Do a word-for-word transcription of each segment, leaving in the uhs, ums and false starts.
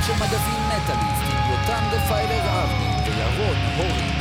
של מגזין מטאליסט עם יותם דפיילר אבני וירון הורי.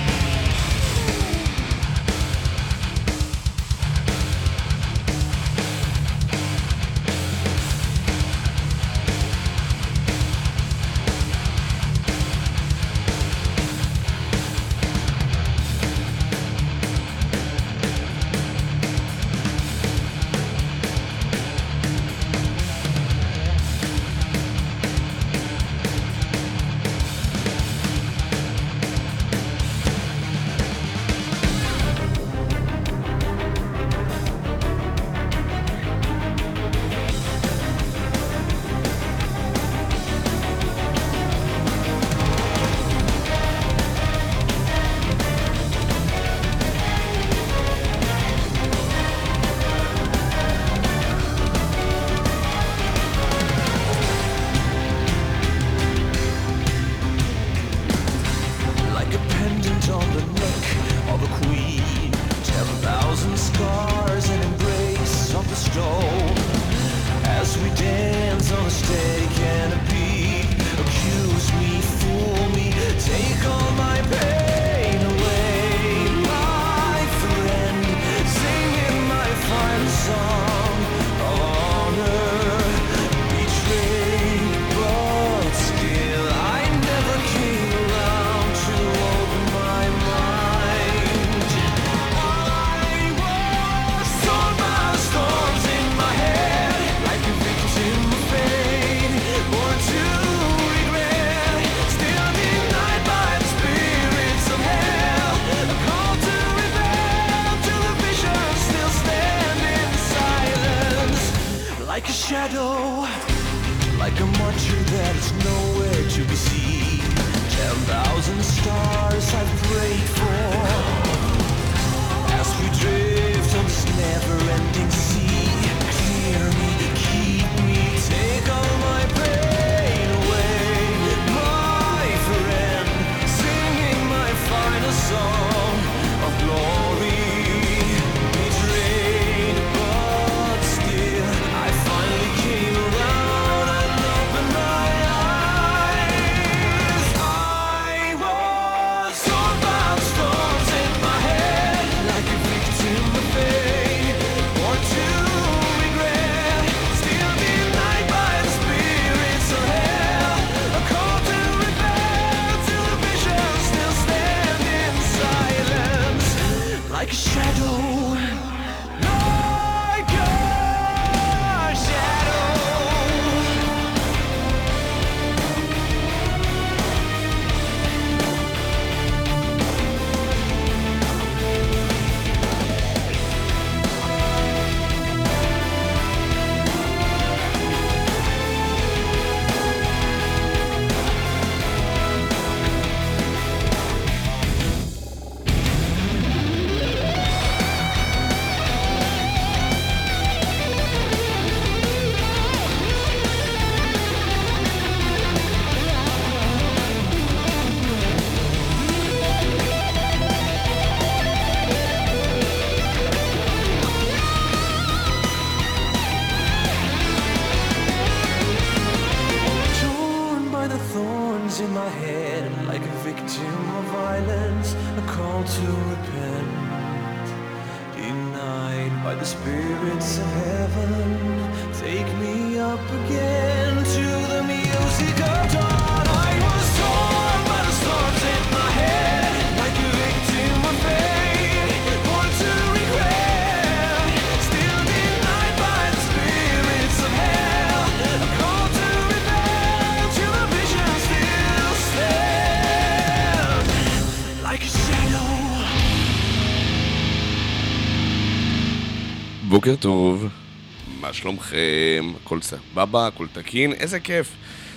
בוקר טוב, מה שלומכם? הכל סבבה, הכל תקין, איזה כיף.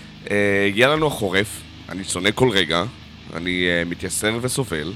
אה, הגיע לנו החורף, אני שונא כל רגע, אני אה, מתייסר וסובל,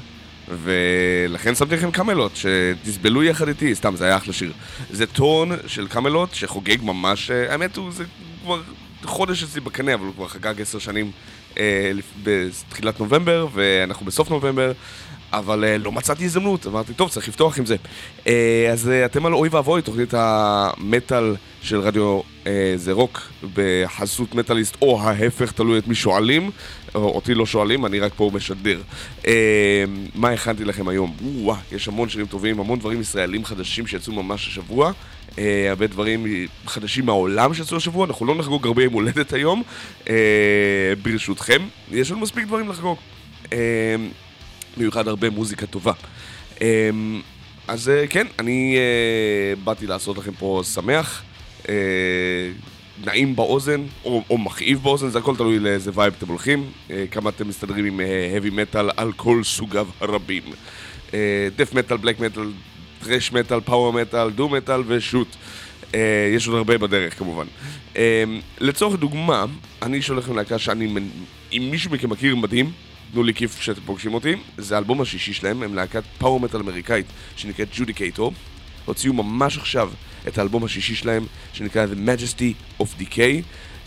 ולכן שמתי לכם קמלות שתסבלו יחד איתי, סתם זה היה אחלה שיר. זה טון של קמלות שחוגג ממש, אה, האמת הוא זה כבר חודש אצלי בקנה, אבל הוא כבר חגג עשר שנים אה, בתחילת נובמבר, ואנחנו בסוף נובמבר. אבל uh, לא מצאתי הזדמנות, אמרתי, טוב, צריך לפתוח עם זה. Uh, אז uh, אתם על אוי ואבוי, תוכנית המטל של רדיו אה, זה רוק בחסות מטאליסט, או ההפך, תלוי את מי שואלים, או, אותי לא שואלים, אני רק פה משדר. אה, מה הכנתי לכם היום? וואו, יש המון שירים טובים, המון דברים ישראלים חדשים שיצאו ממש השבוע, אה, הרבה דברים חדשים מהעולם שיצאו השבוע, אנחנו לא נחגוג הרבה יום הולדת היום, אה, ברשותכם, יש לנו מספיק דברים לחגוג. אה, מיוחד הרבה מוזיקה טובה. אה, אז כן, אני uh, באתי לעשות לכם פה שמח, uh, נעים באוזן, או, או מכאיב באוזן, זה הכל תלוי לאיזה וייב אתם הולכים, uh, כמה אתם מסתדרים עם uh, heavy metal על כל סוגיו הרבים. uh, death metal, black metal, trash metal, power metal, doom metal ושוט. Uh, יש עוד הרבה בדרך כמובן. Uh, לצורך דוגמה, אני שולח לכם להקה שאני, אם מישהו מכם מכיר מדהים, תנו לי כיף שאתם פוגשים אותי, זה האלבום השישי שלהם, הם להקת פאוור מטל אמריקאית שנקראת ג'ודיקייטור. הוציאו ממש עכשיו את האלבום השישי שלהם שנקרא The Majesty of Decay.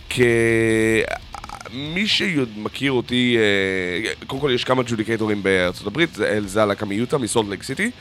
כמי שמכיר אותי, קודם כל יש כמה ג'ודיקייטורים בארצות הברית, זה הלהקה מיוטה, מסולט לייק סיטי,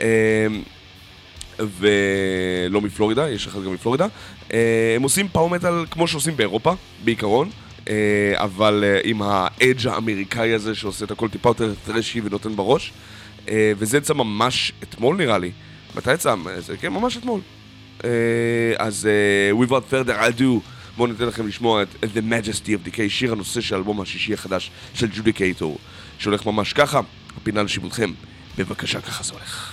ולא מפלורידה, יש אחד גם מפלורידה. הם עושים פאוור מטל כמו שעושים באירופה, בעיקרון, אבל עם האדג' האמריקאי הזה שעושה את הכל טיפה יותר טרשי ונותן בראש, וזה יצא ממש אתמול נראה לי. מתי יצא? זה כן, ממש אתמול. אז without further ado, בואו ניתן לכם לשמוע את The Majesty of Decay, שיר הנושא של האלבום השישי החדש של ג'ודיקייטור, שהולך ממש ככה, הפינה לשיבולכם. בבקשה, ככה זה הולך.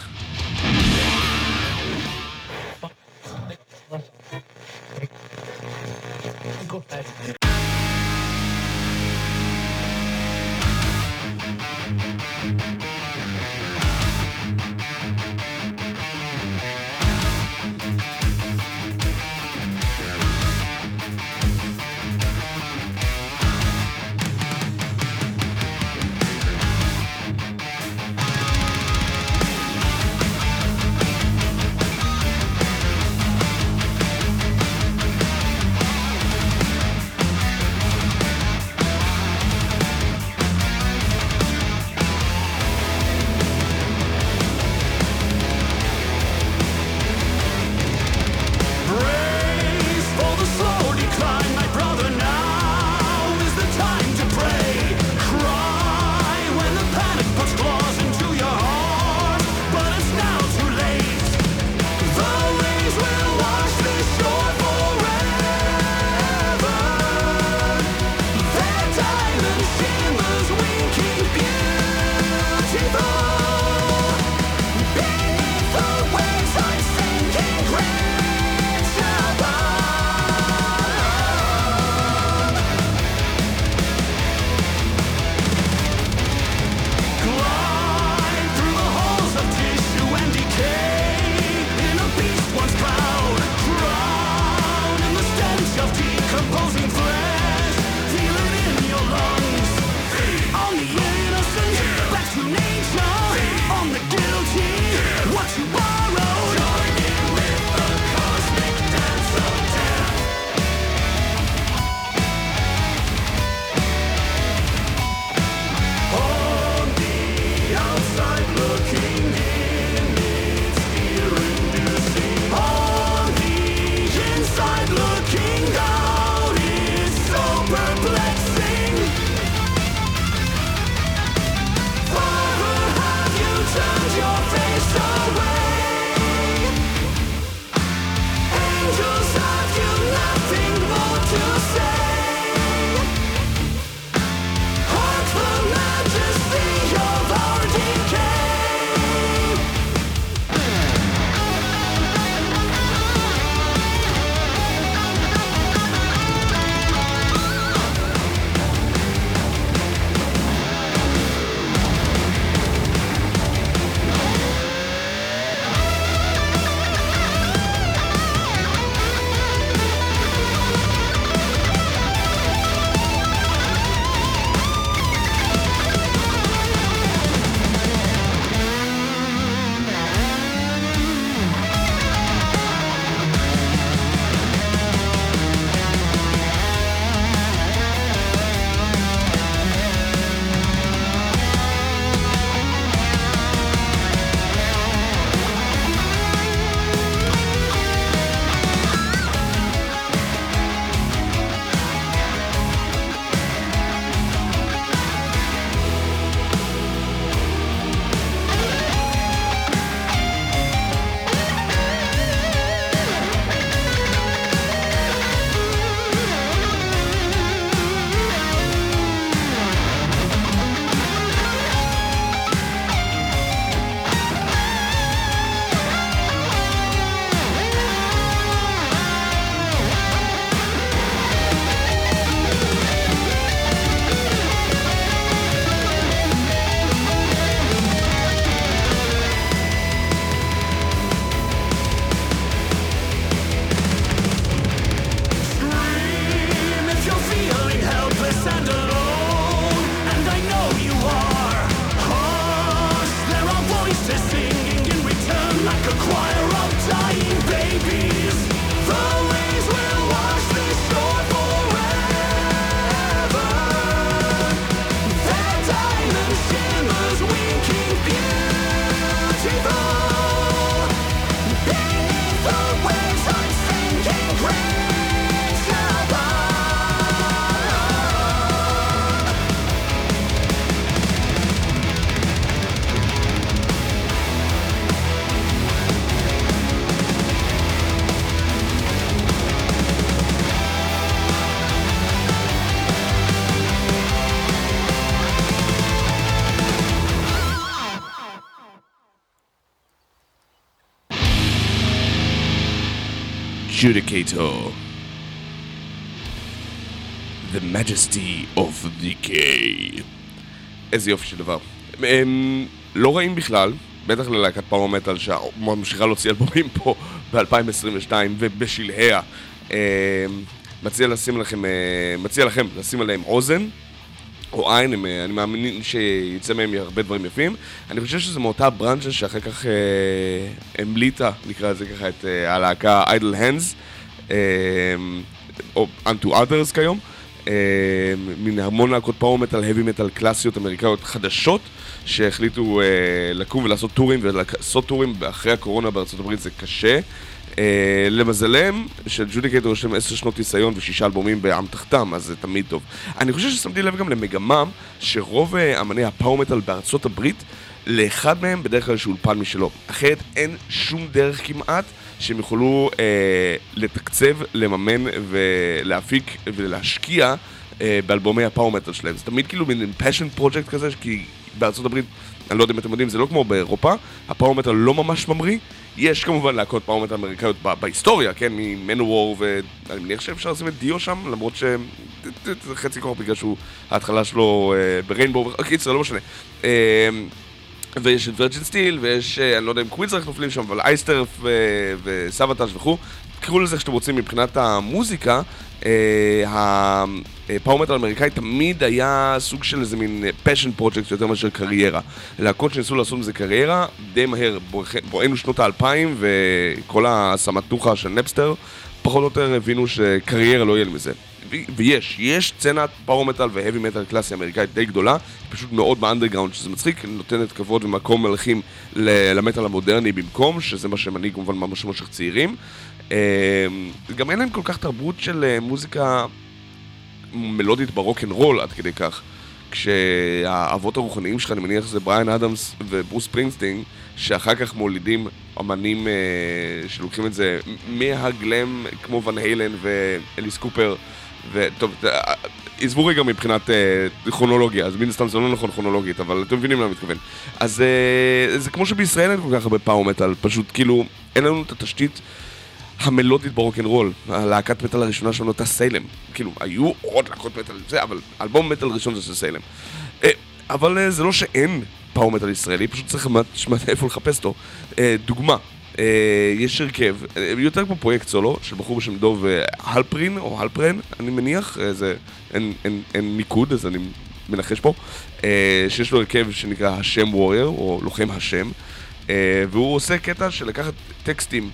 Judicator. The Majesty of Decay. איזה יופי של דבר. הם לא רעים בכלל, בטח ללהקת פאוור מטל שממשיכה להוציא אלבומים פה ב-אלפיים עשרים ושתיים ובשלהיה. מציע לשים לכם, מציע לכם לשים עליהם אוזן או עין, אני מאמין שיצא מהם הרבה דברים יפים. אני חושב שזה מאותה ברנצ'ה שאחר כך המליטה, נקרא לזה ככה, את הלהקה Idle Hands, או Unto Others כיום. מן המון להקות פאוור מטל, heavy מטל קלאסיות אמריקאיות חדשות שהחליטו לקום ולעשות טורים, ולעשות טורים אחרי הקורונה בארצות הברית זה קשה. למזלם של ג'ודיקייטור יש להם עשר שנות ניסיון ושישה אלבומים בעם תחתם, אז זה תמיד טוב. אני חושב ששמתי לב גם למגמה שרוב אמני הפאוור מטל בארצות הברית, לאחד מהם בדרך כלל יש אולפן משלו, אחרת אין שום דרך כמעט שהם יכולו אה, לתקצב, לממן ולהפיק ולהשקיע אה, באלבומי הפאוור מטל שלהם. זה תמיד כאילו מין passion project כזה, כי בארצות הברית, אני לא יודע אם אתם יודעים, זה לא כמו באירופה, הפאוור מטל לא ממש ממריא. יש כמובן להקות פאוור מטל אמריקאיות בהיסטוריה, כן, ממנוור, ואני מניח שאפשר לשים את דיו שם, למרות שזה חצי כוח בגלל שהוא, ההתחלה שלו אה, בריינבו, קיצר, לא משנה. אה, ויש את וירג'ין סטיל, ויש, אני לא יודע אם קווינסרח נופלים שם, אבל אייסטר וסבתאז' וכו'. תקראו לזה שאתם רוצים מבחינת המוזיקה. הפאוור מטל האמריקאי תמיד היה סוג של איזה מין פשן פרוג'קט יותר מאשר קריירה. להקות שניסו לעשות מזה קריירה, די מהר, בואינו שנות האלפיים, וכל הסמטוחה של נפסטר, פחות או יותר הבינו שקריירה לא יהיה מזה. ויש, יש סצנת פאוור מטל והאבי מטל קלאסי אמריקאית די גדולה, פשוט מאוד באנדרגראונד, שזה מצחיק, נותנת כבוד ומקום מלכים למטל המודרני במקום, שזה מה שמנהיג כמובן ממש מושך צעירים. גם אין להם כל כך תרבות של מוזיקה מלודית ברוק'נ'רול עד כדי כך, כשהאבות הרוחניים שלך, אני מניח שזה בריאן אדמס וברוס ספרינגסטין, שאחר כך מולידים אמנים שלוקחים את זה מהגלם כמו ון היילן ואליס קופר, וטוב, עזבו רגע מבחינת כרונולוגיה, אז מן הסתם זה לא נכון כרונולוגית, אבל אתם מבינים למה מתכוון. אז זה כמו שבישראל אין כל כך הרבה פאוור מטל, פשוט כאילו אין לנו את התשתית המלודית ברוק'נ'רול. הלהקת מטל הראשונה שלנו הייתה סיילם, כאילו היו עוד להקות מטל זה, אבל אלבום מטל ראשון זה של סיילם. אבל זה לא שאין פאוור מטל ישראלי, פשוט צריך שמעת איפה לחפש אותו. דוגמה, יש הרכב, יותר כמו פרויקט סולו של בחור בשם דוב הלפרין או הלפרן, אני מניח, זה, אין, אין, אין מיקוד, אז אני מנחש פה, שיש לו הרכב שנקרא השם וורייר או לוחם השם, והוא עושה קטע של לקחת טקסטים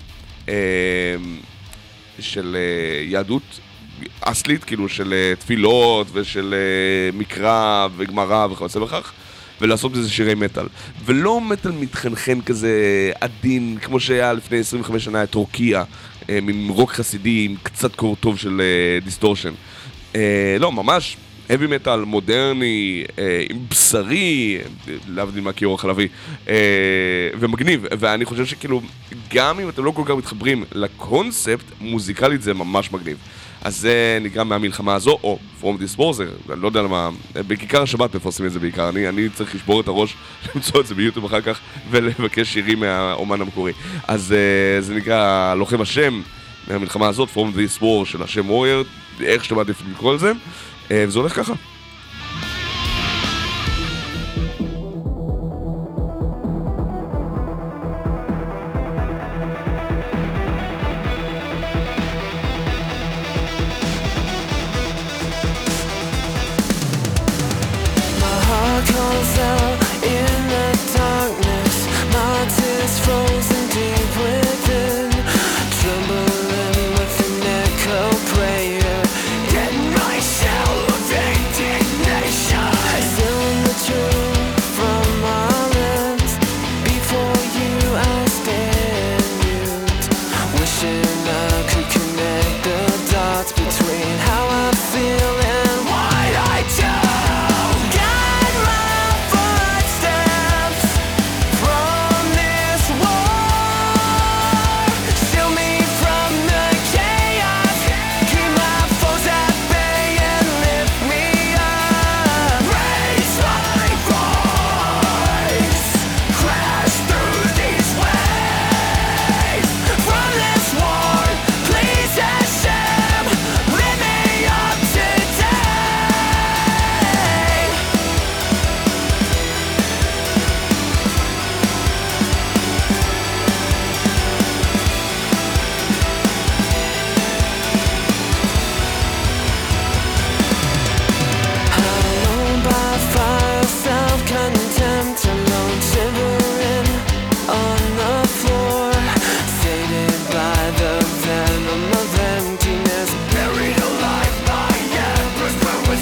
של יהדות אסלית, כאילו של תפילות ושל מקרא וגמרא וכיוצא בכך, ולעשות בזה שירי מטל. ולא מטל מתחנחן כזה עדין, כמו שהיה לפני עשרים וחמש שנה את רוקיה, מין רוק חסידי עם קצת קור טוב של דיסטורשן. לא, ממש heavy מטל מודרני, עם בשרי, להבדיל מהכיור החלבי, ומגניב. ואני חושב שכאילו, גם אם אתם לא כל כך מתחברים לקונספט, מוזיקלית זה ממש מגניב. אז זה נגרם מהמלחמה הזו, או From This War, זה, אני לא יודע למה, בכיכר השבת מפרסמים את זה בעיקר, אני, אני צריך לשבור את הראש, למצוא את זה ביוטיוב אחר כך, ולבקש שירים מהאומן המקורי. אז זה נקרא לוחם השם מהמלחמה הזאת, From This War של השם וורייר, איך שאתה מעדיף לקרוא על זה, וזה הולך ככה. Between how I feel and what I do, guide my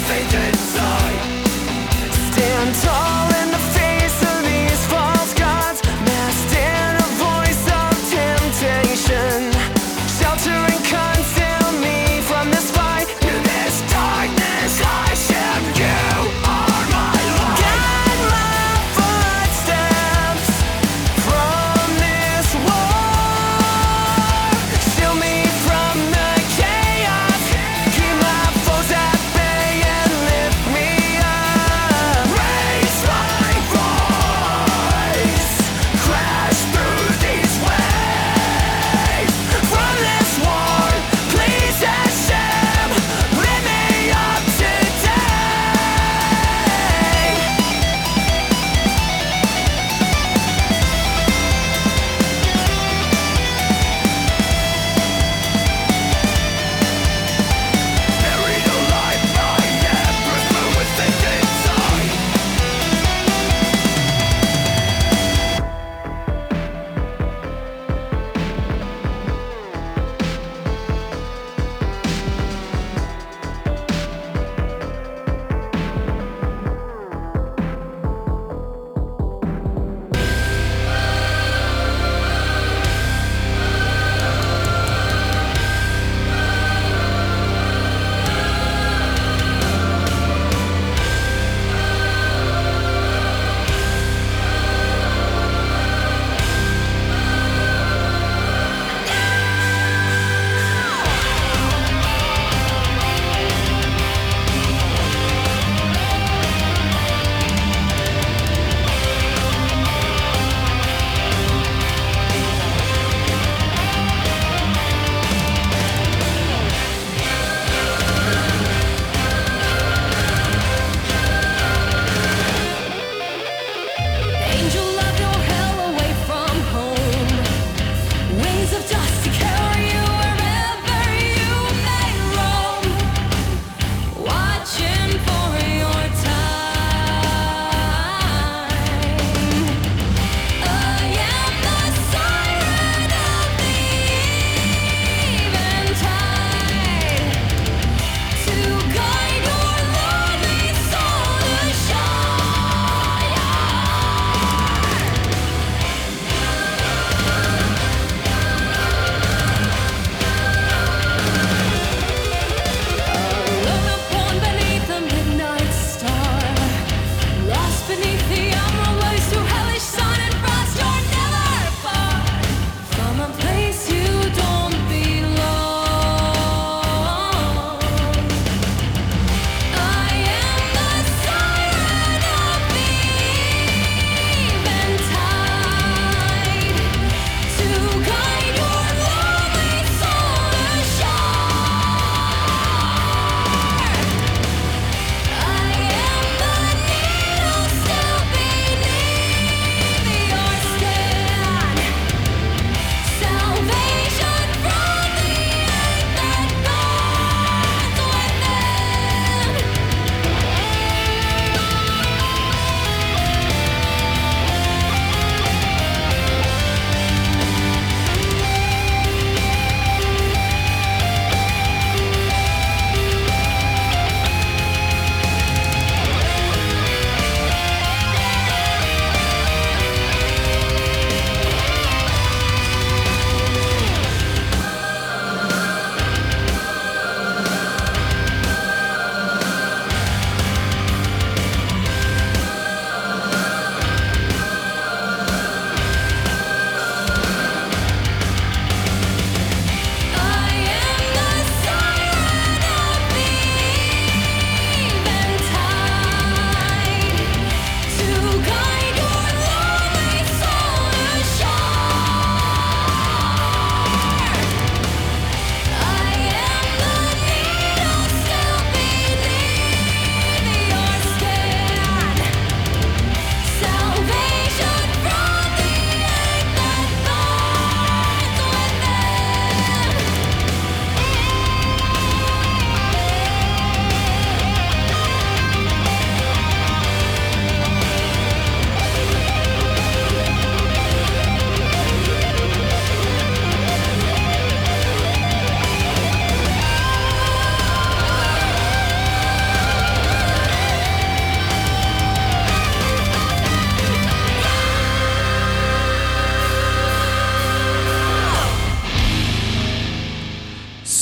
faith inside. Stand tall in the face of these false gods, masked in a voice of temptation. Shelter and conceal me from this fight. In this darkness I shall you are my light. Guide my footsteps from this war. Shield me from the chaos. Keep my foes at bay and live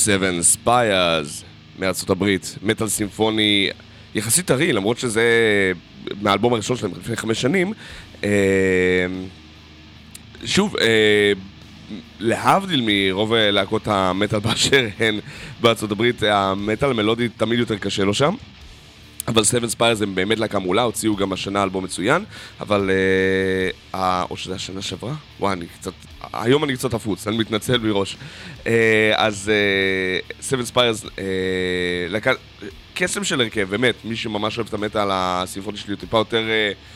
Seven Spires מארצות הברית, מטל סימפוני יחסית טרי, למרות שזה מהאלבום הראשון שלהם לפני חמש שנים. שוב, להבדיל מרוב להקות המטל באשר הן בארצות הברית, המטל המלודי תמיד יותר קשה לו שם. אבל Seven Spires הם באמת להקה מעולה, הוציאו גם השנה אלבום מצוין, אבל... או שזה השנה שעברה? וואי, אני קצת... היום אני קצת אפוץ, אני מתנצל מראש. אז Seven Spires, להקה... קסם של הרכב, באמת, מי שממש אוהב את המטל, הסימפוני שלי הוא טיפה יותר...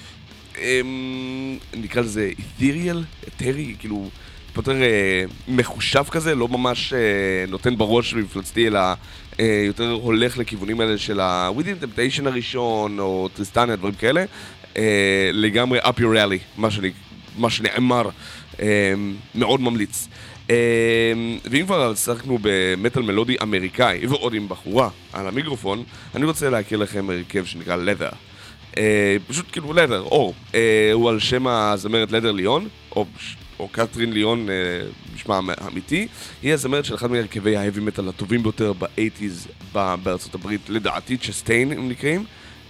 נקרא לזה אית'ריאל, אתרי, כאילו... יותר מחושב כזה, לא ממש נותן בראש מפלצתי, אלא יותר הולך לכיוונים האלה של ה-Within Temptation הראשון, או טריסטניה, דברים כאלה. לגמרי up your alley, מה שנאמר, מאוד ממליץ. ואם כבר שחקנו במטל מלודי אמריקאי, ועוד עם בחורה על המיקרופון, אני רוצה להכיר לכם הרכב שנקרא Leather. פשוט כאילו Leather, אור. הוא על שם הזמרת Leather ליאון, או... או קטרין ליאון, בשמה אמיתי, היא הזמרת של אחד מהרכבי ההאבי מטל הטובים ביותר ב-שמונים בארצות הברית, לדעתי צ'סטיין הם נקראים,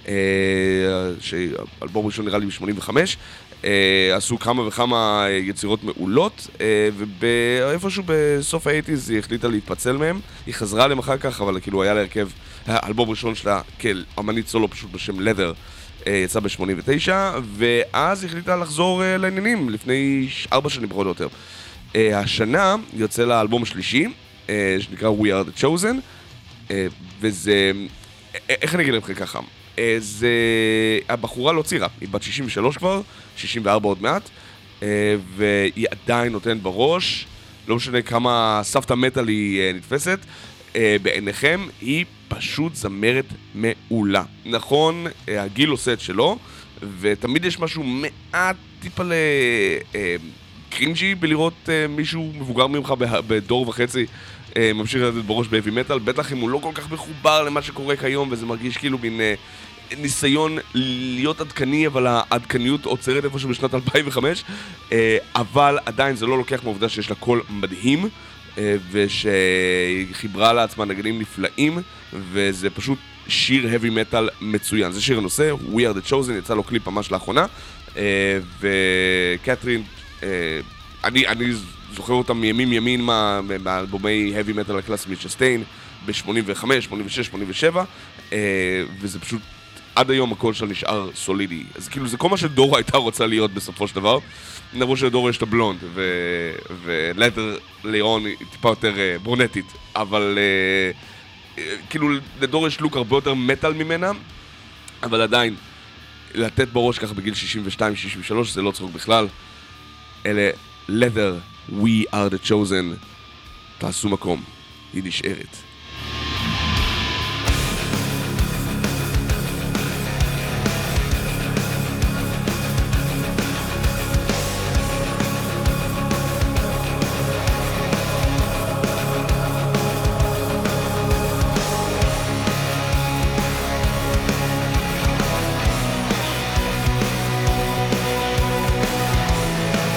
שאלבום ראשון נראה לי ב-שמונים וחמש, עשו כמה וכמה יצירות מעולות, ואיפשהו בסוף ה-שמונים היא החליטה להתפצל מהם, היא חזרה להם אחר כך, אבל כאילו היה להרכב, האלבום ראשון שלה כאמנית סולו פשוט בשם Leather, יצא ב-שמונים ותשע, ואז החליטה לחזור לעניינים לפני ארבע שנים פחות או יותר. השנה יוצא לאלבום השלישי, שנקרא We Are The Chosen, וזה... איך אני אגיד לכם ככה? זה... הבחורה לא צעירה, היא בת שישים ושלוש כבר, שישים וארבע עוד מעט, והיא עדיין נותנת בראש, לא משנה כמה סבתא מטל היא נתפסת, בעיניכם היא פשוט זמרת מעולה. נכון, הגיל עושה את שלו, ותמיד יש משהו מעט טיפה לקרינג'י בלראות מישהו מבוגר ממך בדור וחצי ממשיך לתת בראש בהאבי מטל, בטח אם הוא לא כל כך מחובר למה שקורה כיום, וזה מרגיש כאילו מין ניסיון להיות עדכני, אבל העדכניות עוצרת איפשהו בשנת אלפיים וחמש, אבל עדיין זה לא לוקח מהעובדה שיש לה קול מדהים, ושהיא חיברה לעצמה נגנים נפלאים, וזה פשוט שיר heavy metal מצוין. זה שיר הנושא, We Are The Chosen, יצא לו קליפ ממש לאחרונה, וקטרין, אני, אני זוכר אותם מימים ימין מהאלבומי heavy metal הקלאסי מצ'סטיין, ב-שמונים וחמש, שמונים ושש, שמונים ושבע, וזה פשוט עד היום הקול שלה נשאר סולידי. אז כאילו זה כל מה שדורה הייתה רוצה להיות בסופו של דבר. נראו שלדורה יש את הבלונד, ולת'ר ליאון היא טיפה יותר ברונטית, אבל כאילו לדורה יש לוק הרבה יותר מטל ממנה, אבל עדיין לתת בראש ככה בגיל שישים ושתיים שישים ושלוש זה לא צחוק בכלל. אלה Leather, We Are The Chosen, תעשו מקום, היא נשארת.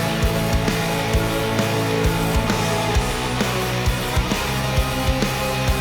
We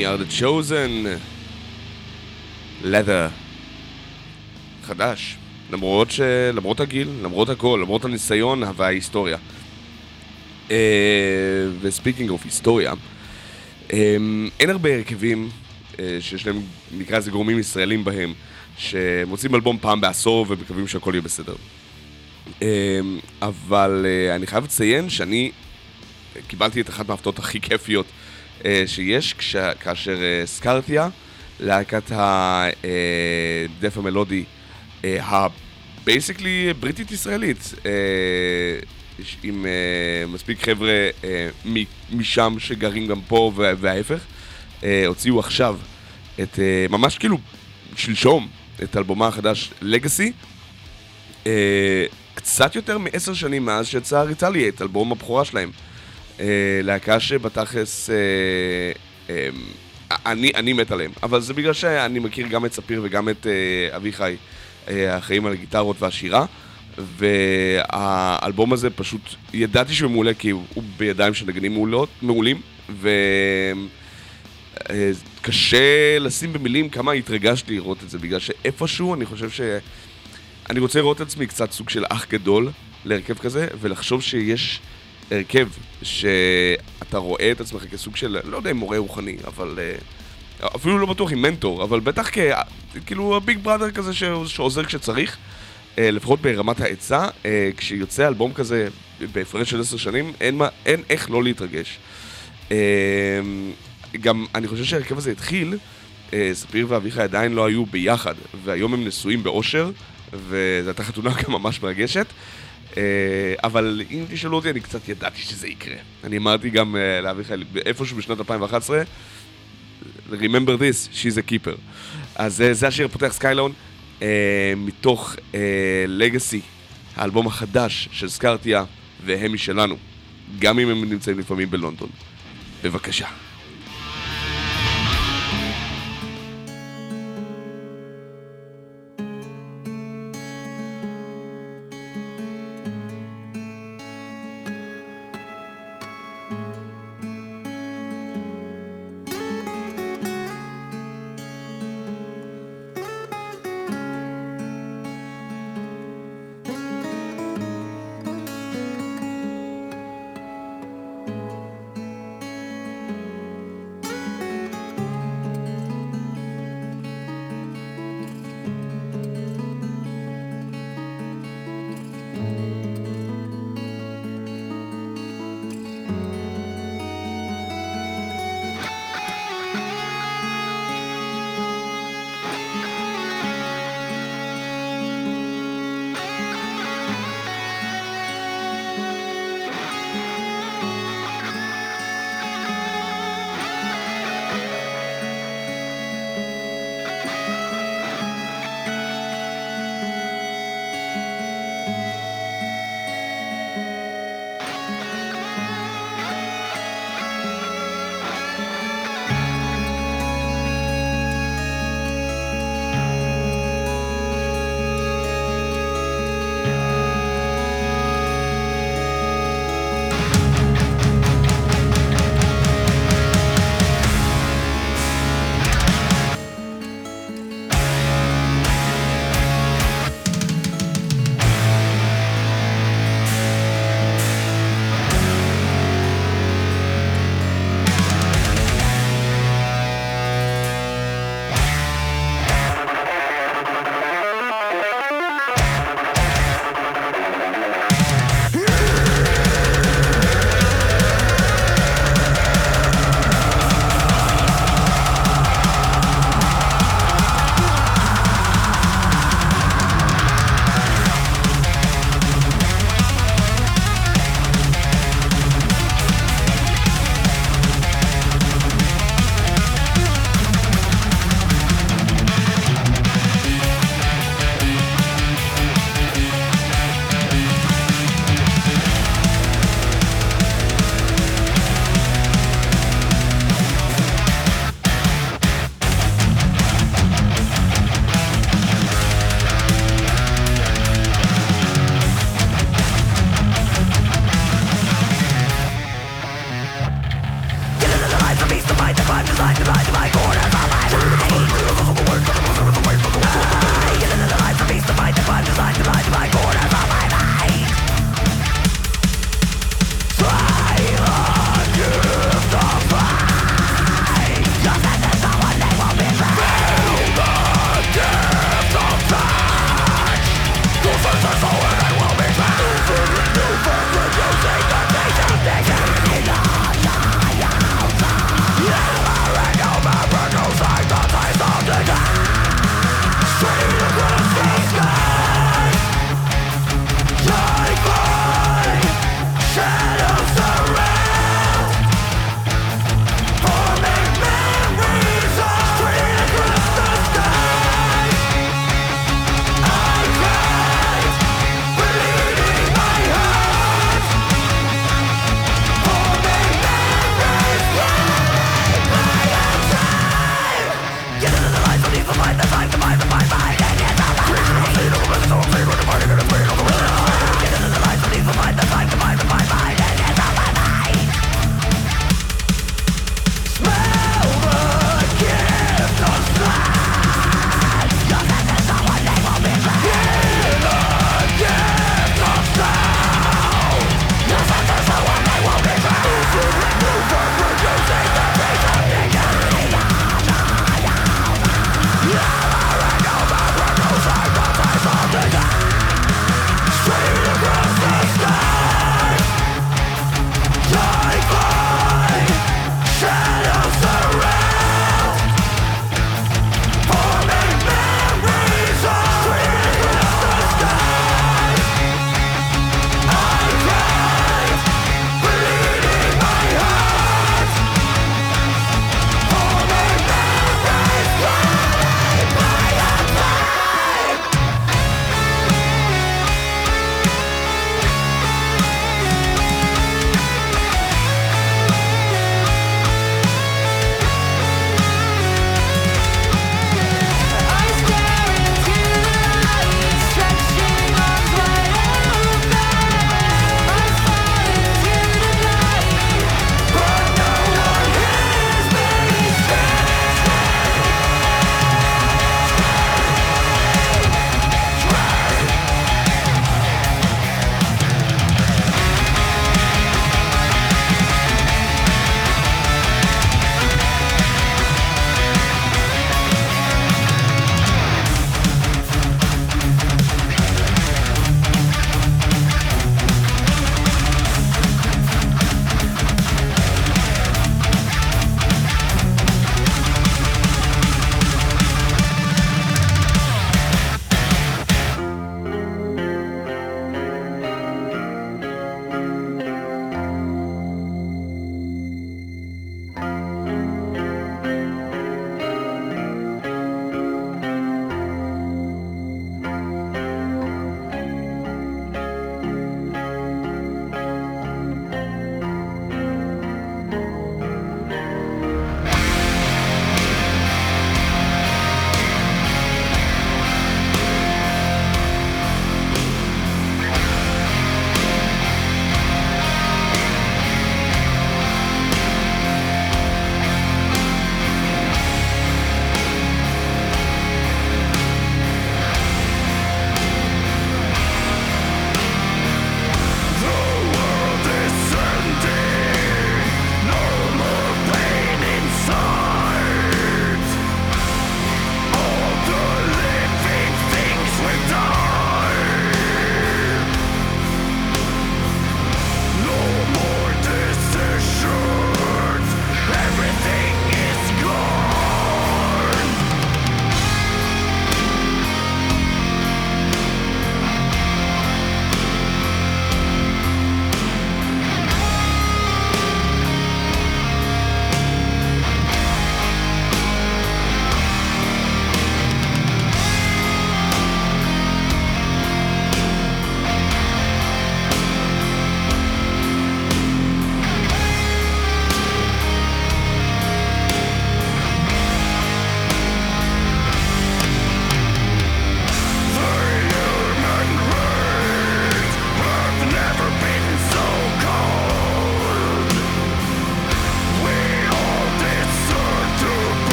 We are the chosen. leather. חדש. למרות, ש... למרות הגיל, למרות הכל, למרות הניסיון וההיסטוריה. Uh, וספיקינג אוף היסטוריה, um, אין הרבה הרכבים uh, שיש להם, נקרא לזה גורמים ישראלים בהם, שמוצאים אלבום פעם בעשור ומקווים שהכל יהיה בסדר. Um, אבל uh, אני חייב לציין שאני קיבלתי את אחת מההפתעות הכי כיפיות uh, שיש, כש... כאשר uh, סקרטיה, להקת הדף המלודי, הבייסיקלי בריטית ישראלית, עם מספיק חבר'ה משם שגרים גם פה וההפך, הוציאו עכשיו את, ממש כאילו שלשום, את אלבומה החדש לגאסי, קצת יותר מעשר שנים מאז שיצא ריטליאט, אלבום הבכורה שלהם, להקה שבתכלס אני, אני מת עליהם, אבל זה בגלל שאני מכיר גם את ספיר וגם את uh, אביחי, uh, האחראים על הגיטרות והשירה, והאלבום הזה פשוט, ידעתי שהוא מעולה כי הוא, הוא בידיים של נגנים מעולות, מעולים, וקשה uh, לשים במילים כמה התרגשתי לראות את זה, בגלל שאיפשהו אני חושב ש... אני רוצה לראות את עצמי קצת סוג של אח גדול להרכב כזה, ולחשוב שיש הרכב שאתה רואה את עצמך כסוג של, לא יודע אם מורה רוחני, אבל אפילו לא בטוח עם מנטור, אבל בטח כ... כאילו הביג בראדר כזה שעוזר כשצריך, לפחות ברמת העצה, כשיוצא אלבום כזה בהפרש של עשר שנים, אין, מה, אין איך לא להתרגש. גם אני חושב שהרכב הזה התחיל, ספיר ואביחי עדיין לא היו ביחד, והיום הם נשואים באושר, וזו הייתה חתונה גם ממש מרגשת. אבל אם תשאלו אותי, אני קצת ידעתי שזה יקרה. אני אמרתי גם לאביחי, איפשהו בשנת אלפיים ואחת עשרה, Remember this, she's a keeper. אז זה השיר פותח סקיילון, מתוך לגאסי, האלבום החדש של סקרטיה, והם משלנו, גם אם הם נמצאים לפעמים בלונדון. בבקשה.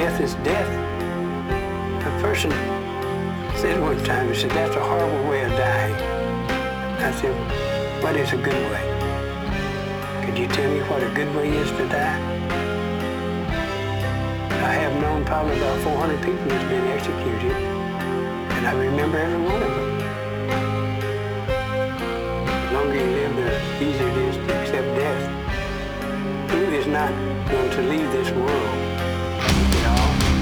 death is death. A person said one time, he said, that's a horrible way of dying. I said, what is a good way? Could you tell me what a good way is to die? I have known probably about four hundred people who's been executed, and I remember every one of them. The longer you live, the easier it is to accept death. Who is not going to leave this world? You know?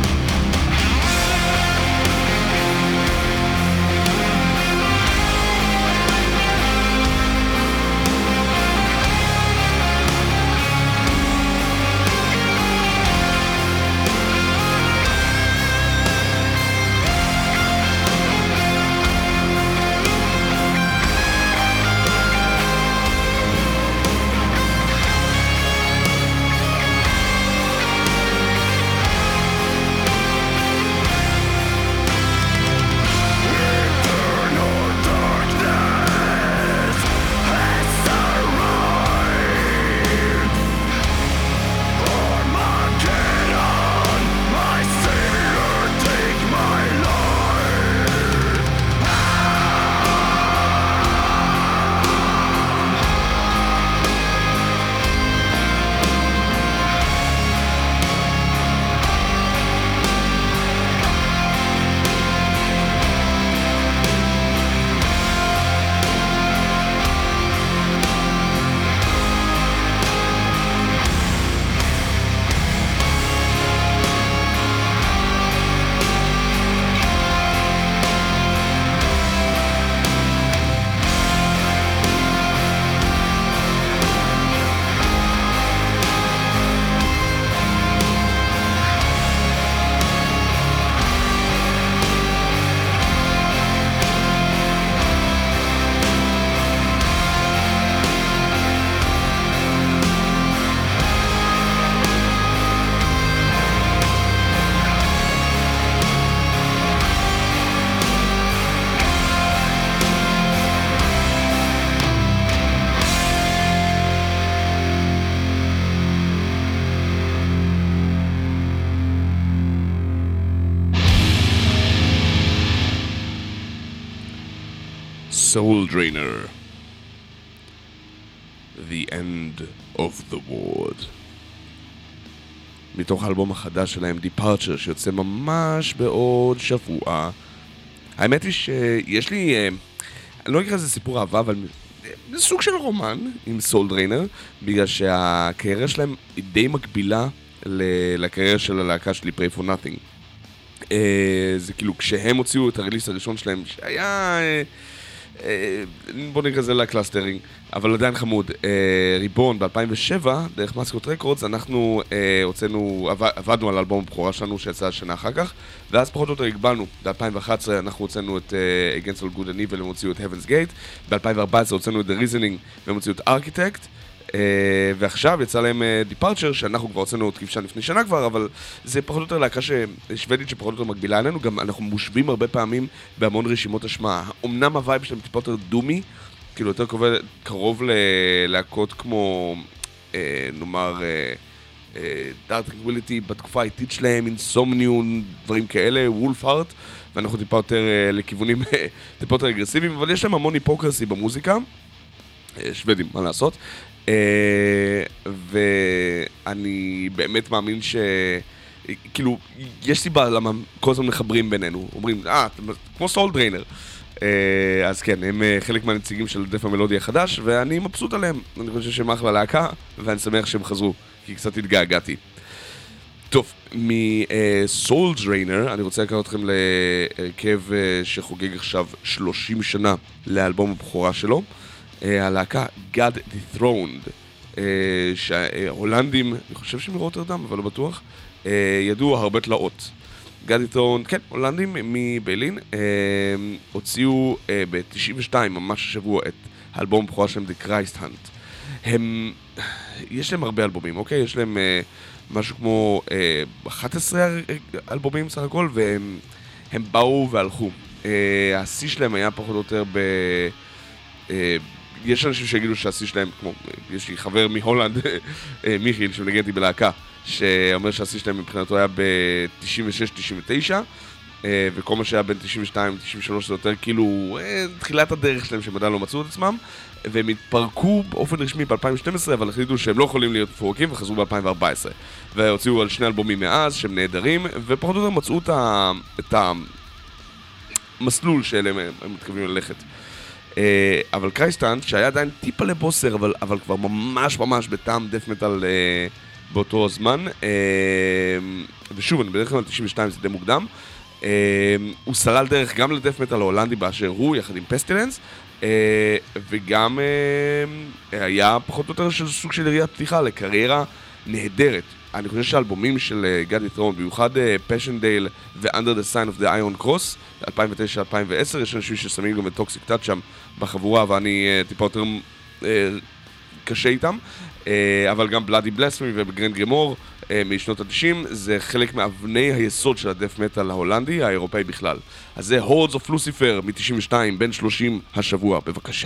Soul Drainer. The End of the World. מתוך האלבום החדש שלהם, Departure, שיוצא ממש בעוד שבוע. האמת היא שיש לי, אני לא אקרא לזה סיפור אהבה, אבל זה סוג של רומן עם Soul Drainer, בגלל שהקריירה שלהם היא די מקבילה לקריירה של הלהקה שלי, Pray for Nothing. זה כאילו, כשהם הוציאו את הריליס הראשון שלהם, שהיה, בוא נקרא זה לקלאסטרינג, אבל עדיין חמוד, ריבון ב-אלפיים ושבע, דרך מסקוט רקורדס, אנחנו הוצאנו, עבדנו על האלבום הבכורה שלנו שיצא שנה אחר כך, ואז פחות או יותר הגבלנו. ב-אלפיים ואחת עשרה אנחנו הוצאנו את Against All Good and Evil, הם הוציאו את Heaven's Gate, ב-אלפיים וארבע עשרה הוצאנו את The Reasoning, והם הוציאו את Architect, ועכשיו יצא להם Departure, שאנחנו כבר הוצאנו את כבשן לפני שנה כבר, אבל זה פחות או יותר להקה שוודית שפחות או יותר מקבילה עלינו, גם אנחנו מושבים הרבה פעמים בהמון רשימות השמעה. אמנם הווייב שלהם טיפה יותר דומי, כאילו יותר קרוב ללהקות כמו, נאמר, Dark Tranquillity בתקופה האיטית שלהם, אינסומניון, דברים כאלה, וולף הארט, ואנחנו טיפה יותר לכיוונים טיפה יותר אגרסיביים, אבל יש להם המון היפוקרסי במוזיקה, שוודים, מה לעשות, ואני באמת מאמין ש... כאילו, יש סיבה למה כל הזמן מחברים בינינו, אומרים, אה, כמו סול דריינר. אז כן, הם חלק מהנציגים של דף המלודי החדש, ואני מבסוט עליהם. אני חושב שהם אחלה להקה, ואני שמח שהם חזרו, כי קצת התגעגעתי. טוב, מסול דריינר, אני רוצה לקרוא אתכם להרכב שחוגג עכשיו שלושים שנה לאלבום הבכורה שלו. הלהקה God Dethroned, שההולנדים, אני חושב שהם מרוטרדם, אבל לא בטוח, ידעו הרבה תלאות. God Dethroned, כן, הולנדים מברלין, הוציאו ב-תשעים ושתיים, ממש השבוע, את האלבום הבכורה שלהם, The Christ Hunt. הם, יש להם הרבה אלבומים, אוקיי? יש להם משהו כמו אחת עשרה אלבומים סך הכל, והם הם באו והלכו. השיא שלהם היה פחות או יותר ב... יש אנשים שיגידו שהשיא שלהם, כמו, יש לי חבר מהולנד, מיכיל, שמנגן איתי בלהקה, שאומר שהשיא שלהם מבחינתו היה ב-תשעים ושש תשעים ותשע, וכל מה שהיה בין תשעים ושתיים תשעים ושלוש זה יותר כאילו תחילת הדרך שלהם שהם עדיין לא מצאו את עצמם, והם התפרקו באופן רשמי ב-אלפיים ושתים עשרה, אבל החליטו שהם לא יכולים להיות מפורקים וחזרו ב-אלפיים וארבע עשרה, והוציאו על שני אלבומים מאז שהם נהדרים, ופחות או יותר מצאו את המסלול שאליהם הם מתכוונים ללכת. אבל קרייסטנט, שהיה עדיין טיפה לבוסר, אבל, אבל כבר ממש ממש בטעם דף מטל באותו הזמן, ושוב, אני בדרך כלל תשעים ושתיים זה די מוקדם, הוא סלל דרך גם לדף מטל ההולנדי באשר הוא, יחד עם פסטילנס, וגם היה פחות או יותר של סוג של יריית פתיחה לקריירה נהדרת. אני חושב שהאלבומים של גדי ת'רון, במיוחד פשנדייל ו-Under the Sign of the Iron Cross, אלפיים ותשע אלפיים ועשר, יש אנשים ששמים גם את טוקסיק טאץ' שם בחבורה, ואני טיפה יותר קשה איתם, אבל גם בלאדי בלסמי ובגרנד גרמור משנות ה-תשעים, זה חלק מאבני היסוד של הדף מטל ההולנדי, האירופאי בכלל. אז זה Hordes of Lucifer מ-תשעים ושתיים, בין שלושים השבוע, בבקשה.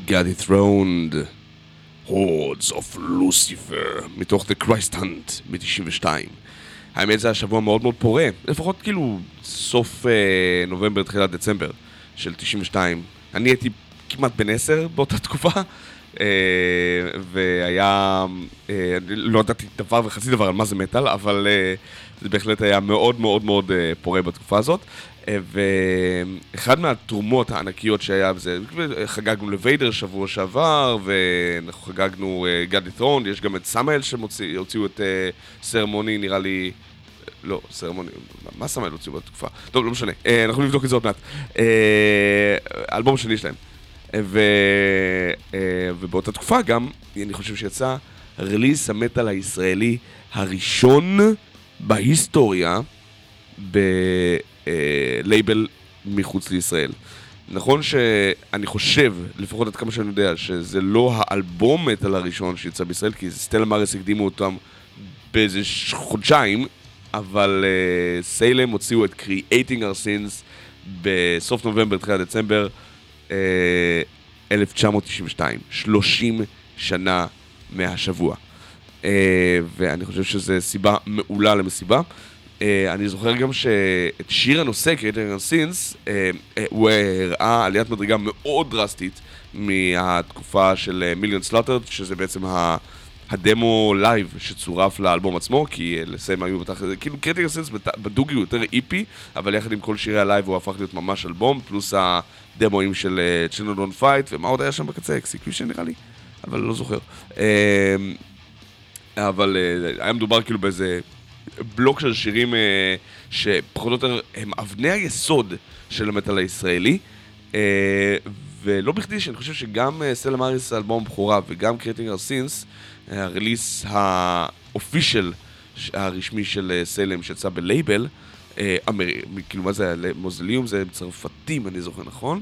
God Dethroned, Hordes of Lucifer, מתוך The Christ Hunt מ-תשעים ושתיים. האמת זה היה שבוע מאוד מאוד פורה, לפחות כאילו סוף אה, נובמבר, תחילת דצמבר של תשעים ושתיים. אני הייתי כמעט בן עשר באותה תקופה, אה, והיה, אה, לא ידעתי דבר וחצי דבר על מה זה מטל, אבל אה, זה בהחלט היה מאוד מאוד מאוד אה, פורה בתקופה הזאת. אה, ואחד מהתרומות הענקיות שהיה בזה, חגגנו לוויידר שבוע שעבר, ואנחנו חגגנו אה, God Dethroned, יש גם את סמואל שהוציאו את אה, סרמוני, נראה לי... לא, סרמוני, מה סמואל הוציאו בתקופה? טוב, לא משנה, אה, אנחנו נבדוק את זה עוד מעט. אה, האלבום שני שלהם. ו... ובאותה תקופה גם, אני חושב שיצא רליס המטל הישראלי הראשון בהיסטוריה בלייבל מחוץ לישראל. נכון שאני חושב, לפחות עד כמה שאני יודע, שזה לא האלבום מטל הראשון שיצא בישראל, כי סטלה מאריס הקדימו אותם באיזה חודשיים, אבל סיילם הוציאו את Creating Our Sins בסוף נובמבר, תחילת דצמבר, אלף תשע מאות תשעים ושתיים, שלושים שנה מהשבוע. ואני חושב שזו סיבה מעולה למסיבה. אני זוכר גם שאת שיר הנושא, Creating Our Sins, הוא הראה עליית מדרגה מאוד דרסטית מהתקופה של Million Slaughtered, שזה בעצם הדמו לייב שצורף לאלבום עצמו, כי לסיים היו בתח... כאילו Creating Our Sins בדוגי הוא יותר איפי, אבל יחד עם כל שירי הלייב הוא הפך להיות ממש אלבום, פלוס הדמוים של Children Don't Fight, ומה עוד היה שם בקצה? Execution נראה לי, אבל לא זוכר. אבל היה מדובר כאילו באיזה בלוק של שירים שפחות או יותר הם אבני היסוד של המטל הישראלי, ולא בכדי שאני חושב שגם סטלה מאריס האלבום הבכורה וגם Creating Our Sins, הרליס האופישל הרשמי של סלם שיצא בלייבל, כאילו מה זה, מוזליום זה צרפתים אני זוכר נכון,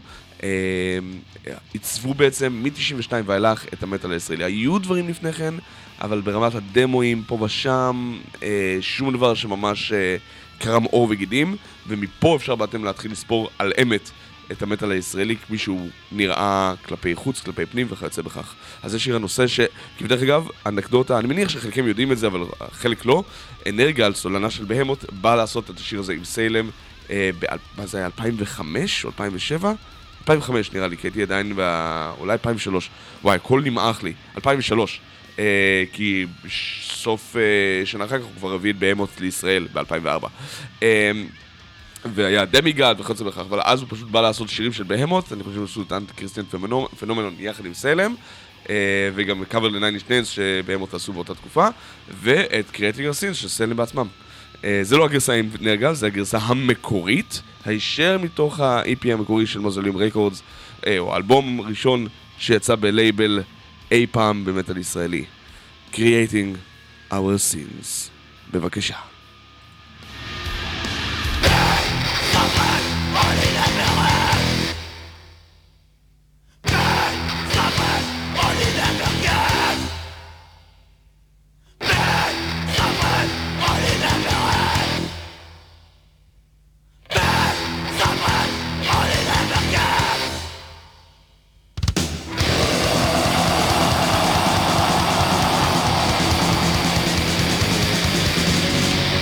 עיצבו בעצם מ-תשעים ושתיים ואילך את המטל הישראלי. היו דברים לפני כן, אבל ברמת הדמוים פה ושם שום דבר שממש קרם עור וגידים, ומפה אפשר בעתם להתחיל לספור על אמת את המטל הישראלי כמי שהוא נראה כלפי חוץ, כלפי פנים וכיוצא בכך. אז זה שיר הנושא שכבדרך אגב, אנקדוטה, אני מניח שחלקם יודעים את זה, אבל חלק לא, אנרגל, סולנה של בהמות, בא לעשות את השיר הזה עם סיילם, אה, ב- מה זה היה, אלפיים וחמש או אלפיים ושבע? אלפיים וחמש נראה לי, כי הייתי עדיין, בא... אולי אלפיים ושלוש, וואי, הכל נמעך לי, אלפיים ושלוש, אה, כי סוף אה, שנה אחר כך הוא כבר הביא את בהמות לישראל, ב-אלפיים וארבע. אה, והיה דמיגאד וכיוצא בכך, אבל אז הוא פשוט בא לעשות שירים של בהמות, אני חושב שעשו את אנטי קריסטיאן פנומנון יחד עם סלם, וגם קאבר לניין אינש שבהמות עשו באותה תקופה, ואת Creating Our Sins של סלם בעצמם. זה לא הגרסה עם נרגל, זה הגרסה המקורית, הישר מתוך ה-אי פי המקורי של מוזליום רקורדס, או אלבום ראשון שיצא בלייבל אי פעם במטל ישראלי. Creating Our Sins. בבקשה. We'll be right back.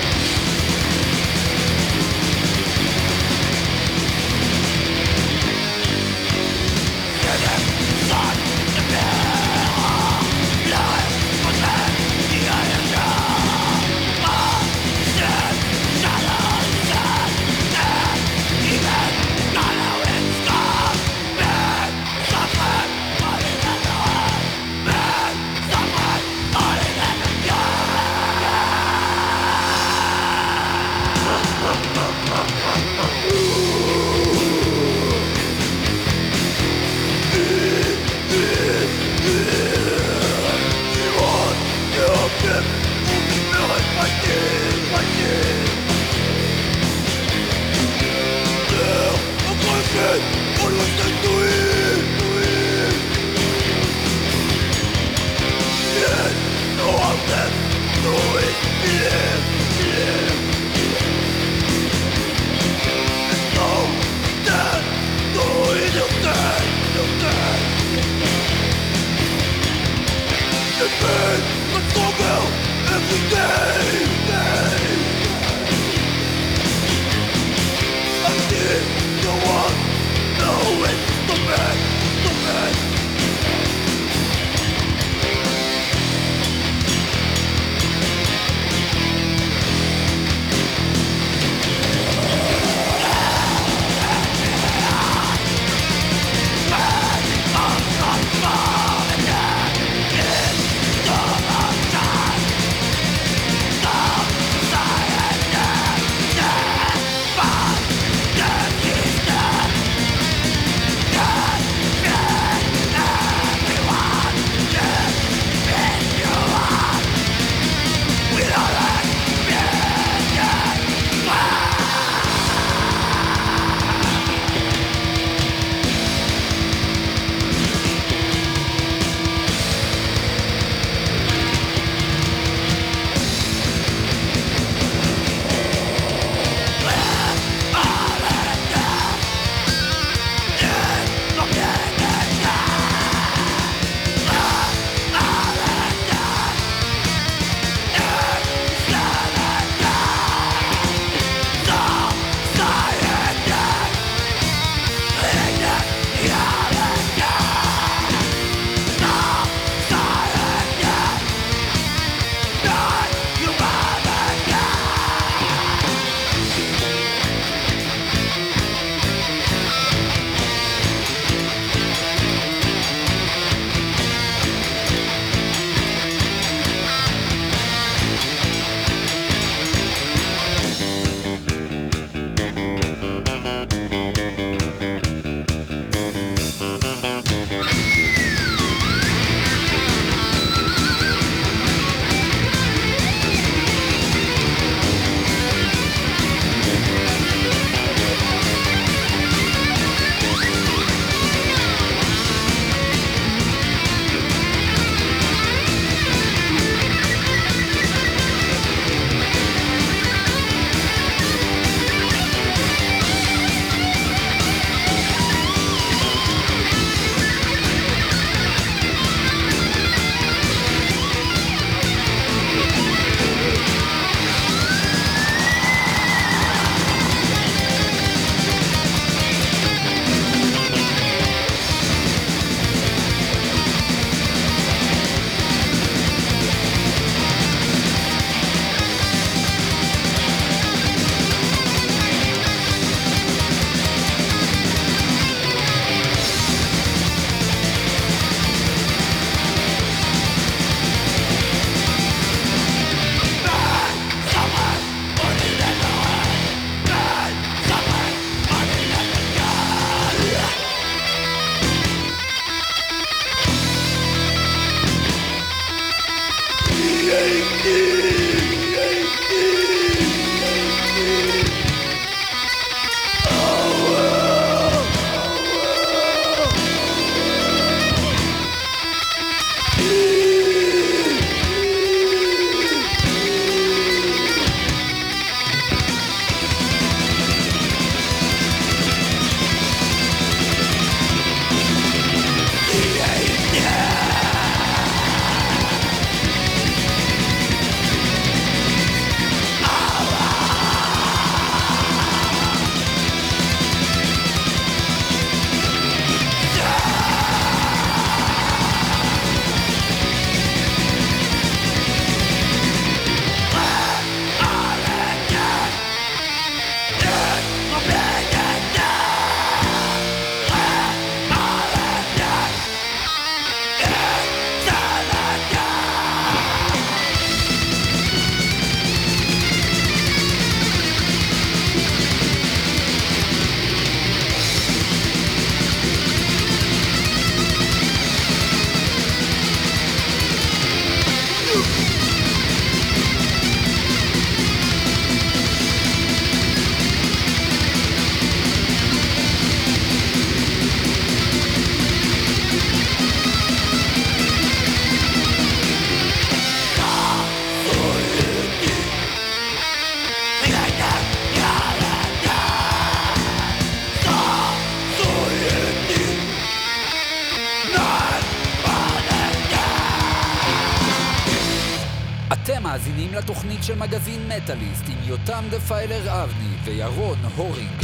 התוכנית של מגזין מטאליסט עם יותם דפיילר אבני וירון הורינג.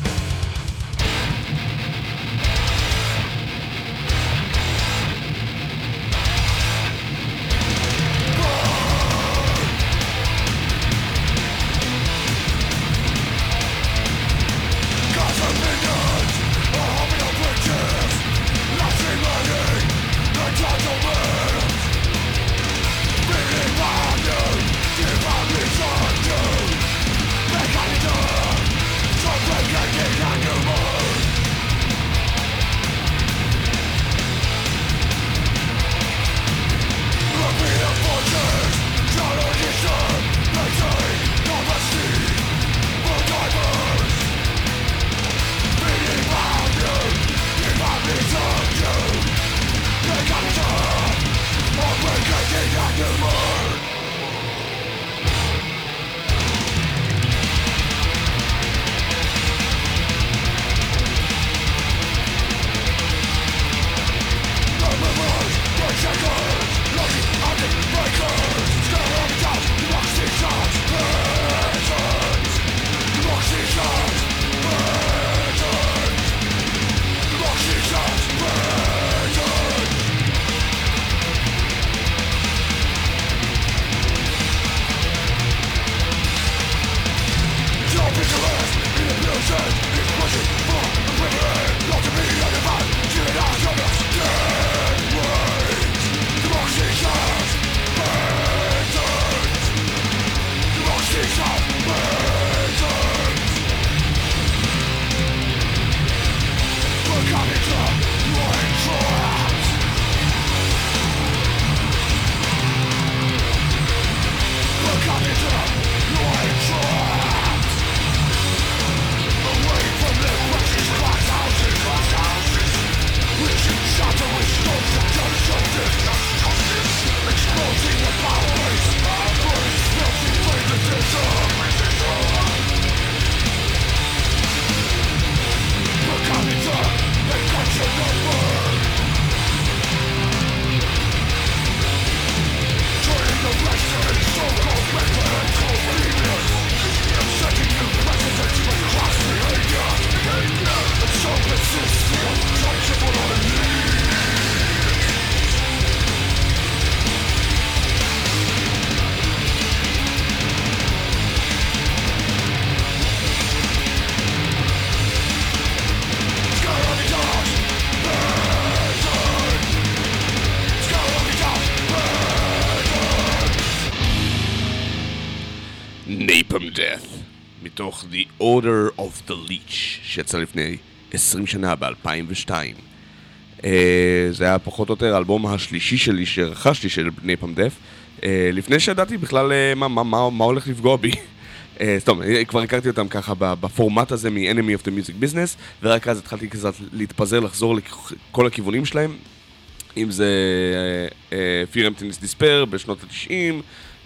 Napalm Death, מתוך The Order of the Leech, שיצא לפני עשרים שנה ב-אלפיים ושתיים. Uh, זה היה פחות או יותר האלבום השלישי שלי שרכשתי של Napalm Death, uh, לפני שידעתי בכלל uh, מה, מה, מה, מה הולך לפגוע בי. uh, סתום, כבר הכרתי אותם ככה בפורמט הזה מ-Enemy of the Music Business, ורק אז התחלתי קצת להתפזר, לחזור לכל הכיוונים שלהם, אם זה uh, uh, Fear Emptiness Despair בשנות ה-תשעים, Uh,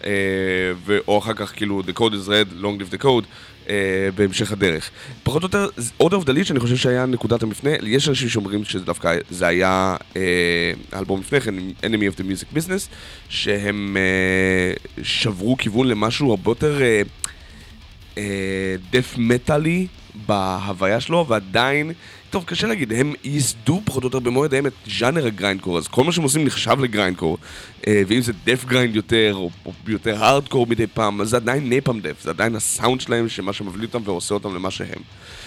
או אחר כך כאילו The Code is Red, Long Live the Code uh, בהמשך הדרך. פחות או יותר, Order of the Leech אני חושב שהיה נקודת המפנה. יש אנשים שאומרים שדווקא זה היה uh, האלבום לפני כן, Enemy of the Music Business, שהם uh, שברו כיוון למשהו הרבה יותר uh, uh, דף מטאלי בהוויה שלו, ועדיין, טוב, קשה להגיד, הם ייסדו פחות או יותר במועד ההם את ז'אנר הגריינדקור, אז כל מה שהם עושים נחשב לגריינדקור, ואם זה דף גריינד יותר, או, או יותר הארדקור מדי פעם, אז זה עדיין Napalm Death, זה עדיין הסאונד שלהם, שמה שמבליט אותם ועושה אותם למה שהם.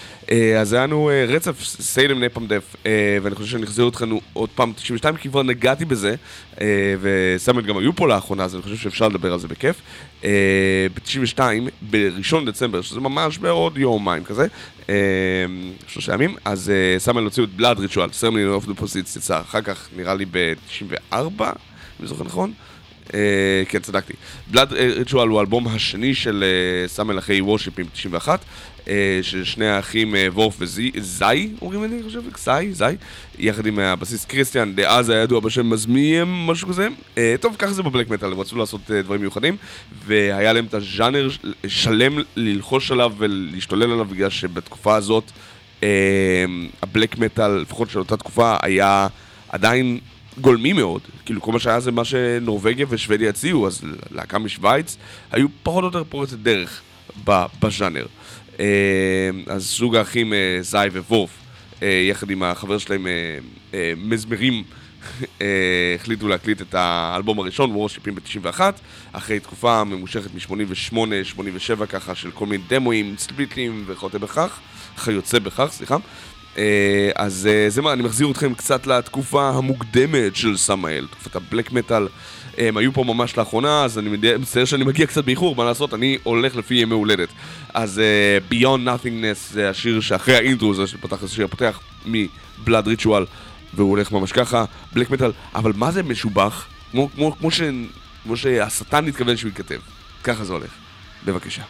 אז היה לנו רצף סיילם Napalm Death, ואני חושב שאני אחזיר אותנו עוד פעם תשעים ושתיים, כי כבר נגעתי בזה, וסמל גם היו פה לאחרונה, אז אני חושב שאפשר לדבר על זה בכיף. ב-תשעים ושתיים, בראשון דצמבר, שזה ממש בעוד יומיים כזה, שלושה ימים, אז סמל הוציאו את Blood Ritual, Ceremony of the Posits יצא אחר כך, נראה לי ב-תשעים וארבע, אם זוכר נכון? כן, צדקתי. Blood Ritual הוא האלבום השני של סמל אחרי Worship עם תשעים ואחת, של שני האחים וורף וזי, אומרים אני חושב, זי, זי, יחד עם הבסיס קריסטיאן, דאז היה ידוע בשם מזמיהם, משהו כזה. טוב, ככה זה בבלק מטל, הם רצו לעשות דברים מיוחדים, והיה להם את הז'אנר שלם ללחוש עליו ולהשתולל עליו, בגלל שבתקופה הזאת, הבלק מטל, לפחות של אותה תקופה, היה עדיין גולמי מאוד, כאילו כל מה שהיה זה מה שנורווגיה ושוודיה הציעו, אז להקה משוויץ היו פחות או יותר פורצת דרך בז'אנר. אז זוג האחים זי ווורף, יחד עם החבר שלהם מזמרים, החליטו להקליט את האלבום הראשון, וורשיפים ב-תשעים ואחת, אחרי תקופה ממושכת מ-שמונים ושמונה שמונים ושבע ככה של כל מיני דמוים, ספליטים וכו' בכך, חיוצא בכך, סליחה. אז זה מה, אני מחזיר אתכם קצת לתקופה המוקדמת של סמאל, תקופת הבלק מטל. הם היו פה ממש לאחרונה, אז אני מצטער שאני מגיע קצת באיחור, מה לעשות, אני הולך לפי ימי הולדת. אז uh, Beyond Nothingness זה השיר שאחרי האינטרו, זה שפתח, זה שיר הפותח מ-Blood Ritual, והוא הולך ממש ככה, בלק מטל, אבל מה זה משובח? כמו, כמו, כמו, ש, כמו שהשטן התכוון שהוא ייכתב. ככה זה הולך. בבקשה.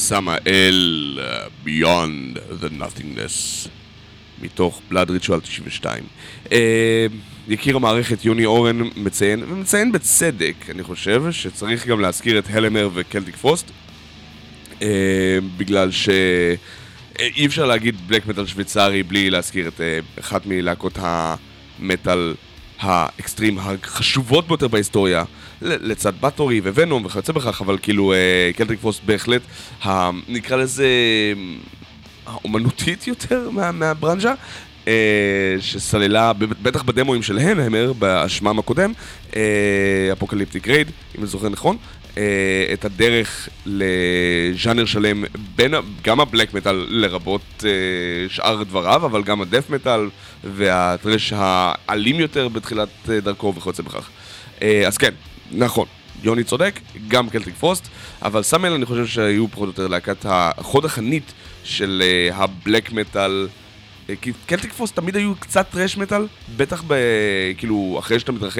סמאל, Beyond the Nothingness, מתוך בלאד ריטואל תשעים ושתיים. יקיר המערכת יוני אורן מציין, ומציין בצדק, אני חושב, שצריך גם להזכיר את הלמר וקלטיק פרוסט, בגלל שאי אפשר להגיד בלק מטל שוויצרי בלי להזכיר את אחת מלהקות המטל האקסטרים החשובות ביותר בהיסטוריה, לצד בטורי וונום וכיוצא בכך, אבל כאילו קלטיק פרוסט בהחלט, נקרא לזה האומנותית יותר מה, מהברנז'ה, שסללה, בטח בדמוים של הלמר, בשמם הקודם, אפוקליפטיק רייד, אם אני זוכר נכון, את הדרך לז'אנר שלם בין גם הבלק מטל לרבות שאר דבריו, אבל גם הדף מטל והטרש האלים יותר בתחילת דרכו וכיוצא בכך. אז כן, נכון, יוני צודק, גם קלטיק פרוסט, אבל סמל אני חושב שהיו פחות או יותר להקת החוד החנית של הבלק מטל, כי קלטיק פרוסט תמיד היו קצת טרש מטל, בטח ב, כאילו אחרי שאתה מתרחק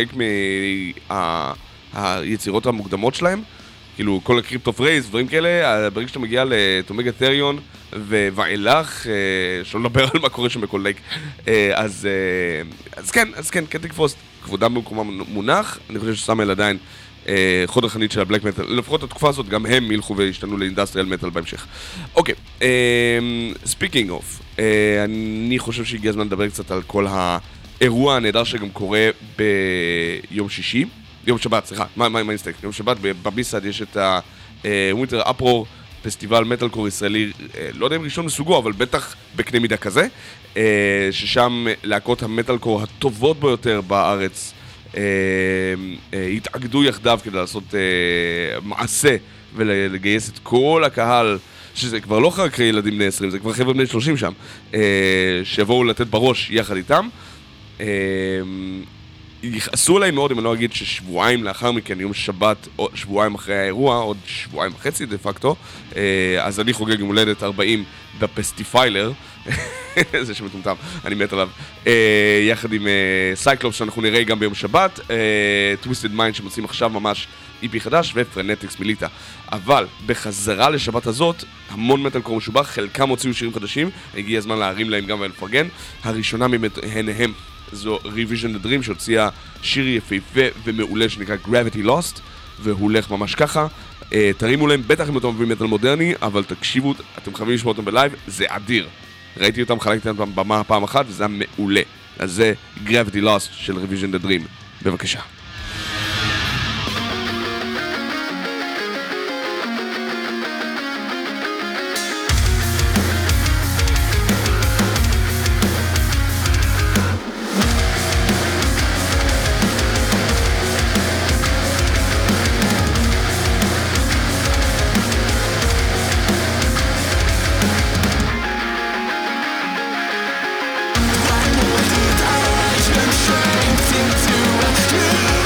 מהיצירות המוקדמות שלהם, כאילו כל הקריפט אוף רייז ודברים כאלה, ברגע שאתה מגיע לאומגה תריון ואילך, שלא נדבר על מה קורה שם בכל לייק, אז, אז כן, אז כן, קלטיק פרוסט כבודם במקומם מונח, אני חושב שסמל עדיין חוד החנית של הבלק מטל, לפחות התקופה הזאת גם הם ילכו וישתנו לאינדסטריאל מטל בהמשך. אוקיי, ספיקינג אוף, אני חושב שהגיע הזמן לדבר קצת על כל האירוע הנהדר שגם קורה ביום שישי, יום שבת, סליחה, מה מה אינסטייק? יום שבת בביסאד יש את הווינטר אפרור, פסטיבל מטל קור ישראלי, לא יודע אם ראשון מסוגו, אבל בטח בקנה מידה כזה, ששם להקות המטל קור הטובות ביותר בארץ התאגדו יחדיו כדי לעשות מעשה ולגייס את כל הקהל, שזה כבר לא רק ילדים בני עשרים, זה כבר חבר'ה בני שלושים שם, שיבואו לתת בראש יחד איתם. יכעסו עליי מאוד אם אני לא אגיד ששבועיים לאחר מכן, יום שבת, שבועיים אחרי האירוע, עוד שבועיים וחצי דה פקטו, אז אני חוגג יום הולדת ארבעים בפסטיפיילר, זה שמטומטם, אני מת עליו, יחד עם סייקלופס שאנחנו נראה גם ביום שבת, טוויסטד מיינד שמוצאים עכשיו ממש אי פי חדש, ופרנטיקס מיליטה. אבל בחזרה לשבת הזאת, המון מטל קור משובח, חלקם הוציאו שירים חדשים, הגיע הזמן להרים להם גם ולפרגן. הראשונה מהן זו Revision the Dream, שהוציאה שיר יפהפה ומעולה שנקרא Gravity Lost, והוא הולך ממש ככה. תרימו להם, בטח אם אתם מביאים מטל מודרני, אבל תקשיבו, אתם חייבים לשמוע אותם בלייב, זה אדיר. ראיתי אותם, חלקתי אותם במה פעם אחת, וזה היה מעולה. אז זה Gravity Lost של Revision the Dream. בבקשה. Strength into a dream.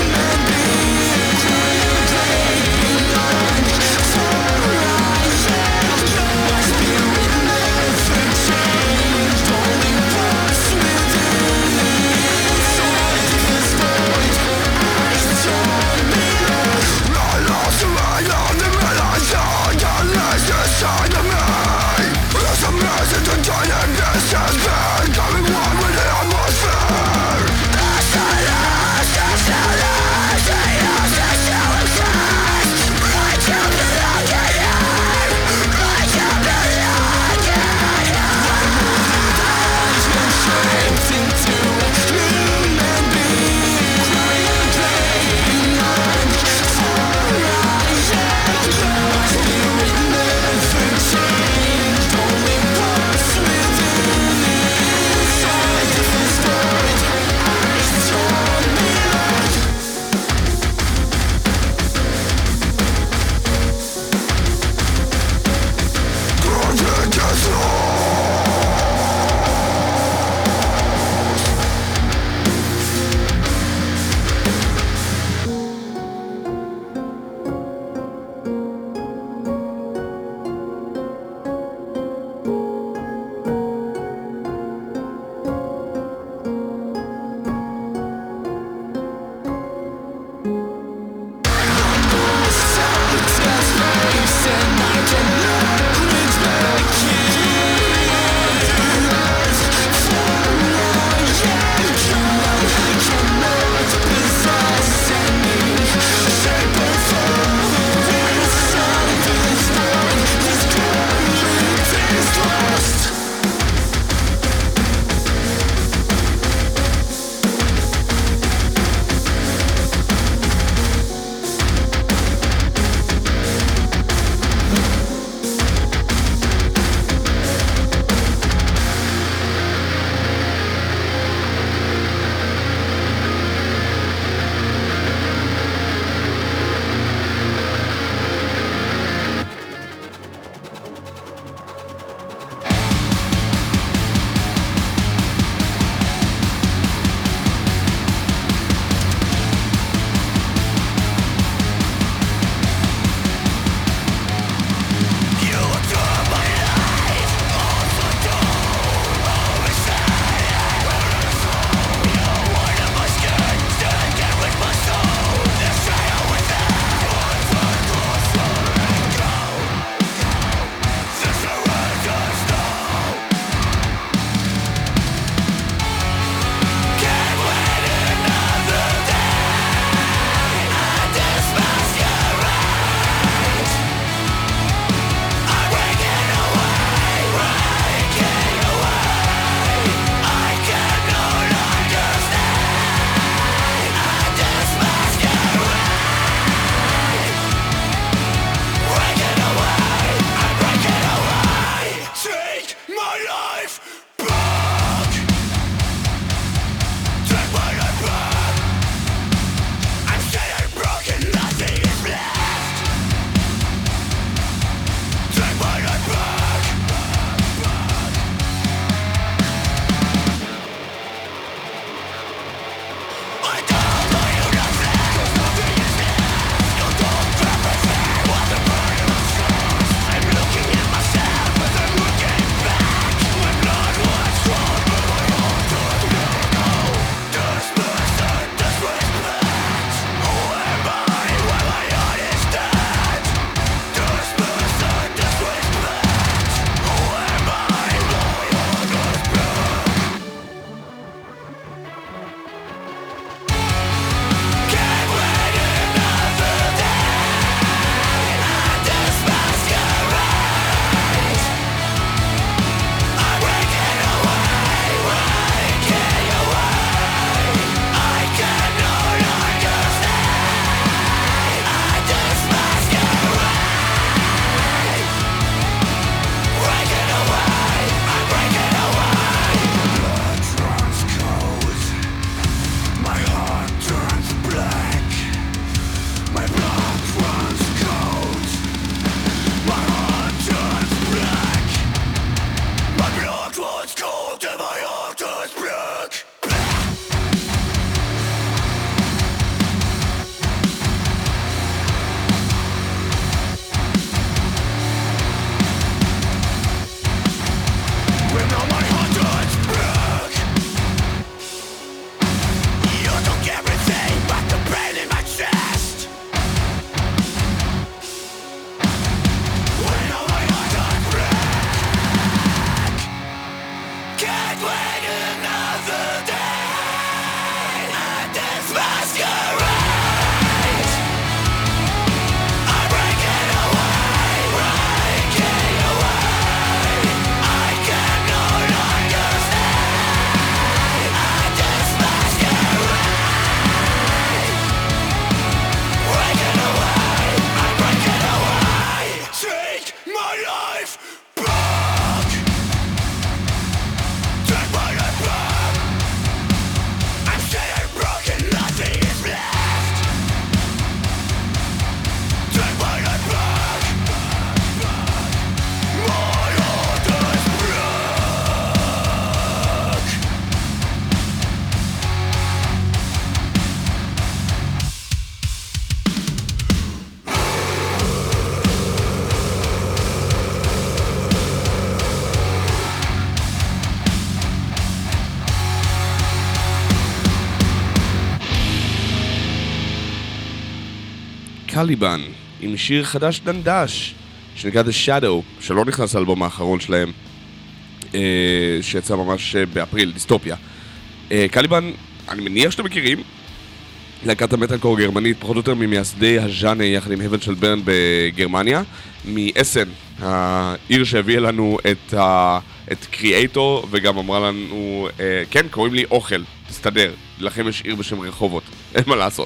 קליבן, עם שיר חדש דנדש, שנקרא The Shadow, שלא נכנס לאלבום האחרון שלהם, שיצא ממש באפריל, דיסטופיה. קליבן, אני מניח שאתם מכירים, להקת המטאלקור גרמנית, פחות או יותר ממייסדי הז'אנר יחד עם הבן של ברן בגרמניה, מאסן, העיר שהביאה לנו את, ה... את קריאטור, וגם אמרה לנו, כן, קוראים לי אוכל, תסתדר, לכם יש עיר בשם רחובות, אין מה לעשות.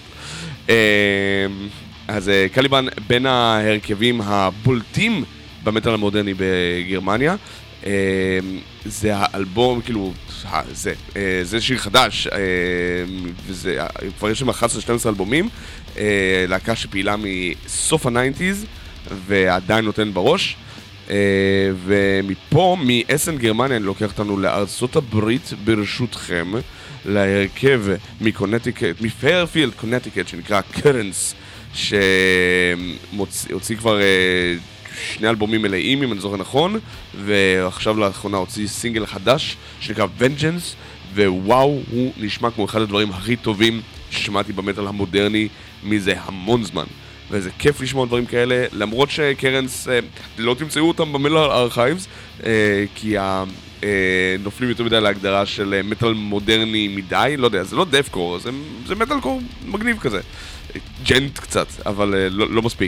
אז קליבן בין ההרכבים הבולטים במטאל המודרני בגרמניה, זה האלבום, כאילו, זה, זה שיר חדש, וזה, כבר יש שם אחת עשרה שתים עשרה אלבומים, להקה שפעילה מסוף ה-תשעים ועדיין נותן בראש, ומפה, מאסן גרמניה, אני לוקח אותנו לארצות הברית ברשותכם, להרכב מקונטיקט, מפיירפילד קונטיקט, שנקרא קרנס, שהוציא כבר שני אלבומים מלאים, אם אני זוכר נכון, ועכשיו לאחרונה הוציא סינגל חדש שנקרא Vengeance, ווואו, הוא נשמע כמו אחד הדברים הכי טובים ששמעתי במטל המודרני מזה המון זמן, וזה כיף לשמוע דברים כאלה, למרות שקרנס, לא תמצאו אותם במטל ארכייבס, כי נופלים יותר מדי להגדרה של מטל מודרני מדי, לא יודע, זה לא דפקור, זה, זה מטל קור מגניב כזה, ג'נט קצת, אבל לא, לא מספיק.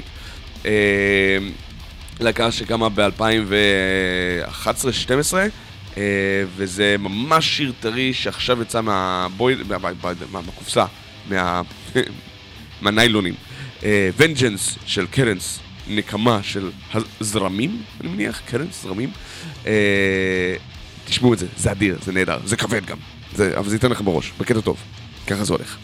להקה שקמה ב-אלפיים ואחת עשרה שתים עשרה, וזה ממש שיר טרי שעכשיו יצא מהבויד, מהקופסה, מה... מהניילונים. Vengeance של קרנס, נקמה של הזרמים, אני מניח, קרנס, זרמים. תשמעו את זה, זה אדיר, זה נהדר, זה כבד גם, זה, אבל זה ייתן לכם בראש, בקטע טוב, ככה זה הולך.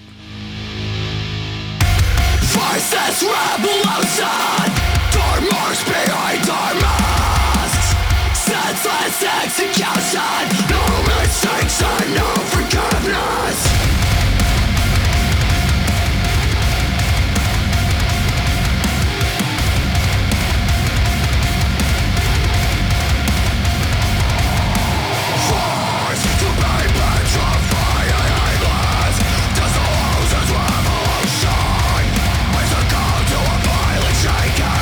Voices revolution, door marks behind our masks, senseless execution, no mistakes and no forgiveness. Force to be petrified and endless, dissolves its revolution. To a violent shakeout.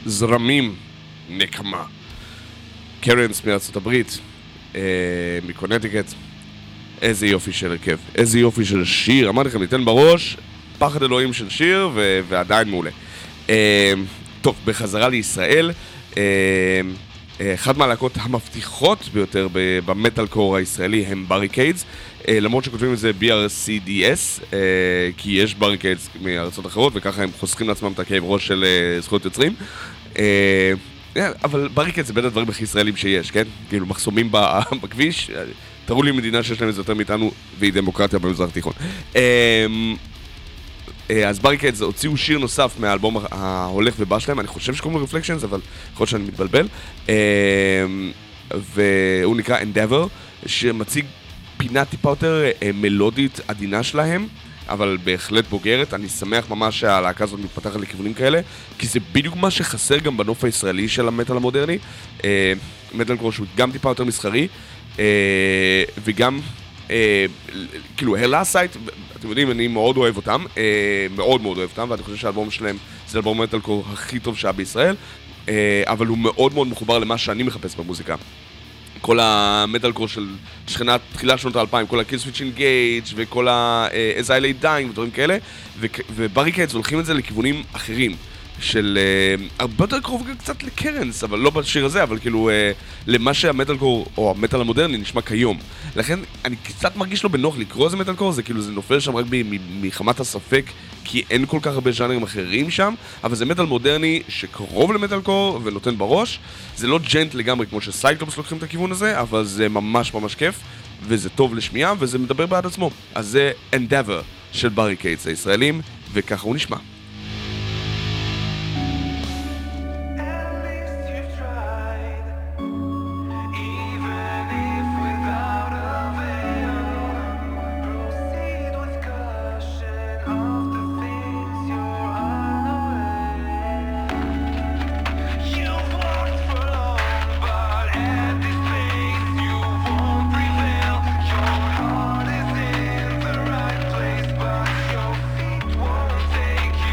זרמים נקמה. קרנס מארצות הברית, אה, מקונטיקט. איזה יופי של הרכב, איזה יופי של שיר. אמרתי לכם, ניתן בראש, פחד אלוהים של שיר, ו- ועדיין מעולה. אה, טוב, בחזרה לישראל, אה, אחד מהלהקות המבטיחות ביותר במטל קור הישראלי הם בריקיידס, למרות שכותבים את זה בי אר סי די אס, כי יש בריקיידס מארצות אחרות וככה הם חוסכים לעצמם את הכאב ראש של זכויות יוצרים. אבל בריקיידס זה בין הדברים הכי ישראלים שיש, כן? כאילו מחסומים בכביש, תראו לי מדינה שיש להם את זה יותר מאיתנו והיא דמוקרטיה במזרח התיכון. אז בריקיידס הוציאו שיר נוסף מהאלבום ההולך ובא שלהם, אני חושב שקוראים לו רפלקשנס, אבל יכול להיות שאני מתבלבל, והוא נקרא Endeavor, שמציג פינה טיפה יותר מלודית עדינה שלהם, אבל בהחלט בוגרת. אני שמח ממש שהלהקה הזאת מתפתחת לכיוונים כאלה, כי זה בדיוק מה שחסר גם בנוף הישראלי של המטל המודרני, מטל קור שהוא גם טיפה יותר מסחרי, וגם כאילו הלה סייט, אתם יודעים, אני מאוד אוהב אותם, מאוד מאוד אוהב אותם, ואני חושב שהאלבום שלהם זה אלבום מטל קור הכי טוב שהיה בישראל, אבל הוא מאוד מאוד מחובר למה שאני מחפש במוזיקה. כל המטל קור של שכנת תחילת שנות האלפיים, כל ה-Kill Switch Engage וכל ה-As I Lay Dying ודברים כאלה, ובריקיידס הולכים את זה לכיוונים אחרים, של uh, הרבה יותר קרוב קצת לקרנס, אבל לא בשיר הזה, אבל כאילו uh, למה שהמטל קור או המטל המודרני נשמע כיום. לכן אני קצת מרגיש לו בנוח לקרוא איזה מטל קור, זה כאילו זה נופל שם רק מחמת הספק, כי אין כל כך הרבה ז'אנרים אחרים שם, אבל זה מטל מודרני שקרוב למטל קור ונותן בראש. זה לא ג'נט לגמרי כמו שסייקלופס לוקחים את הכיוון הזה, אבל זה ממש ממש כיף, וזה טוב לשמיעה, וזה מדבר בעד עצמו. אז זה Endeavor של בריקיידס הישראלים, וככה הוא נשמע. Take you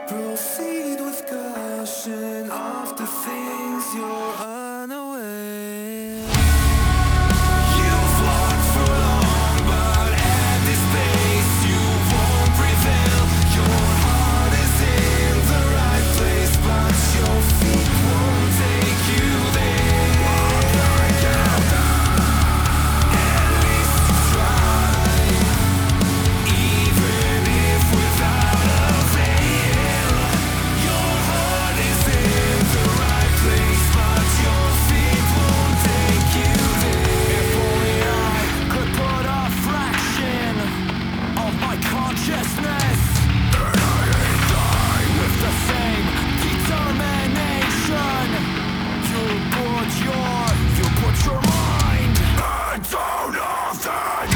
Proceed with caution of the things you're unaware. You've walked for long, but at this pace you won't prevail. Your heart is in the right place, but your feet won't take you there. At least you try, even if without avail. Your heart is in the right place, but your feet won't take you there. If only I could put a fraction of my consciousness, and I ain't die with the same determination. You put your, you put your mind into nothing.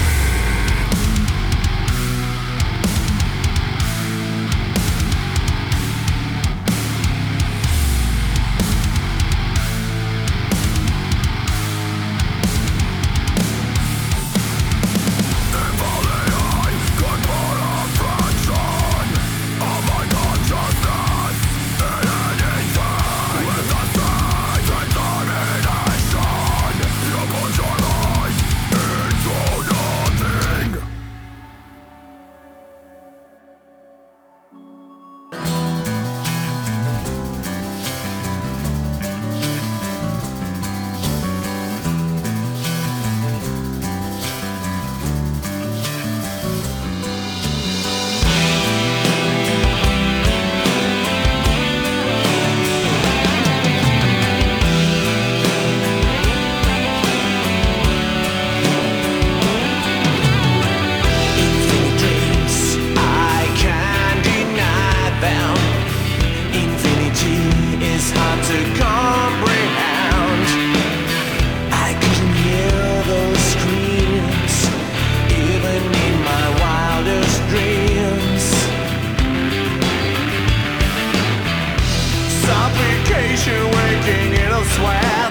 Waking in a sweat,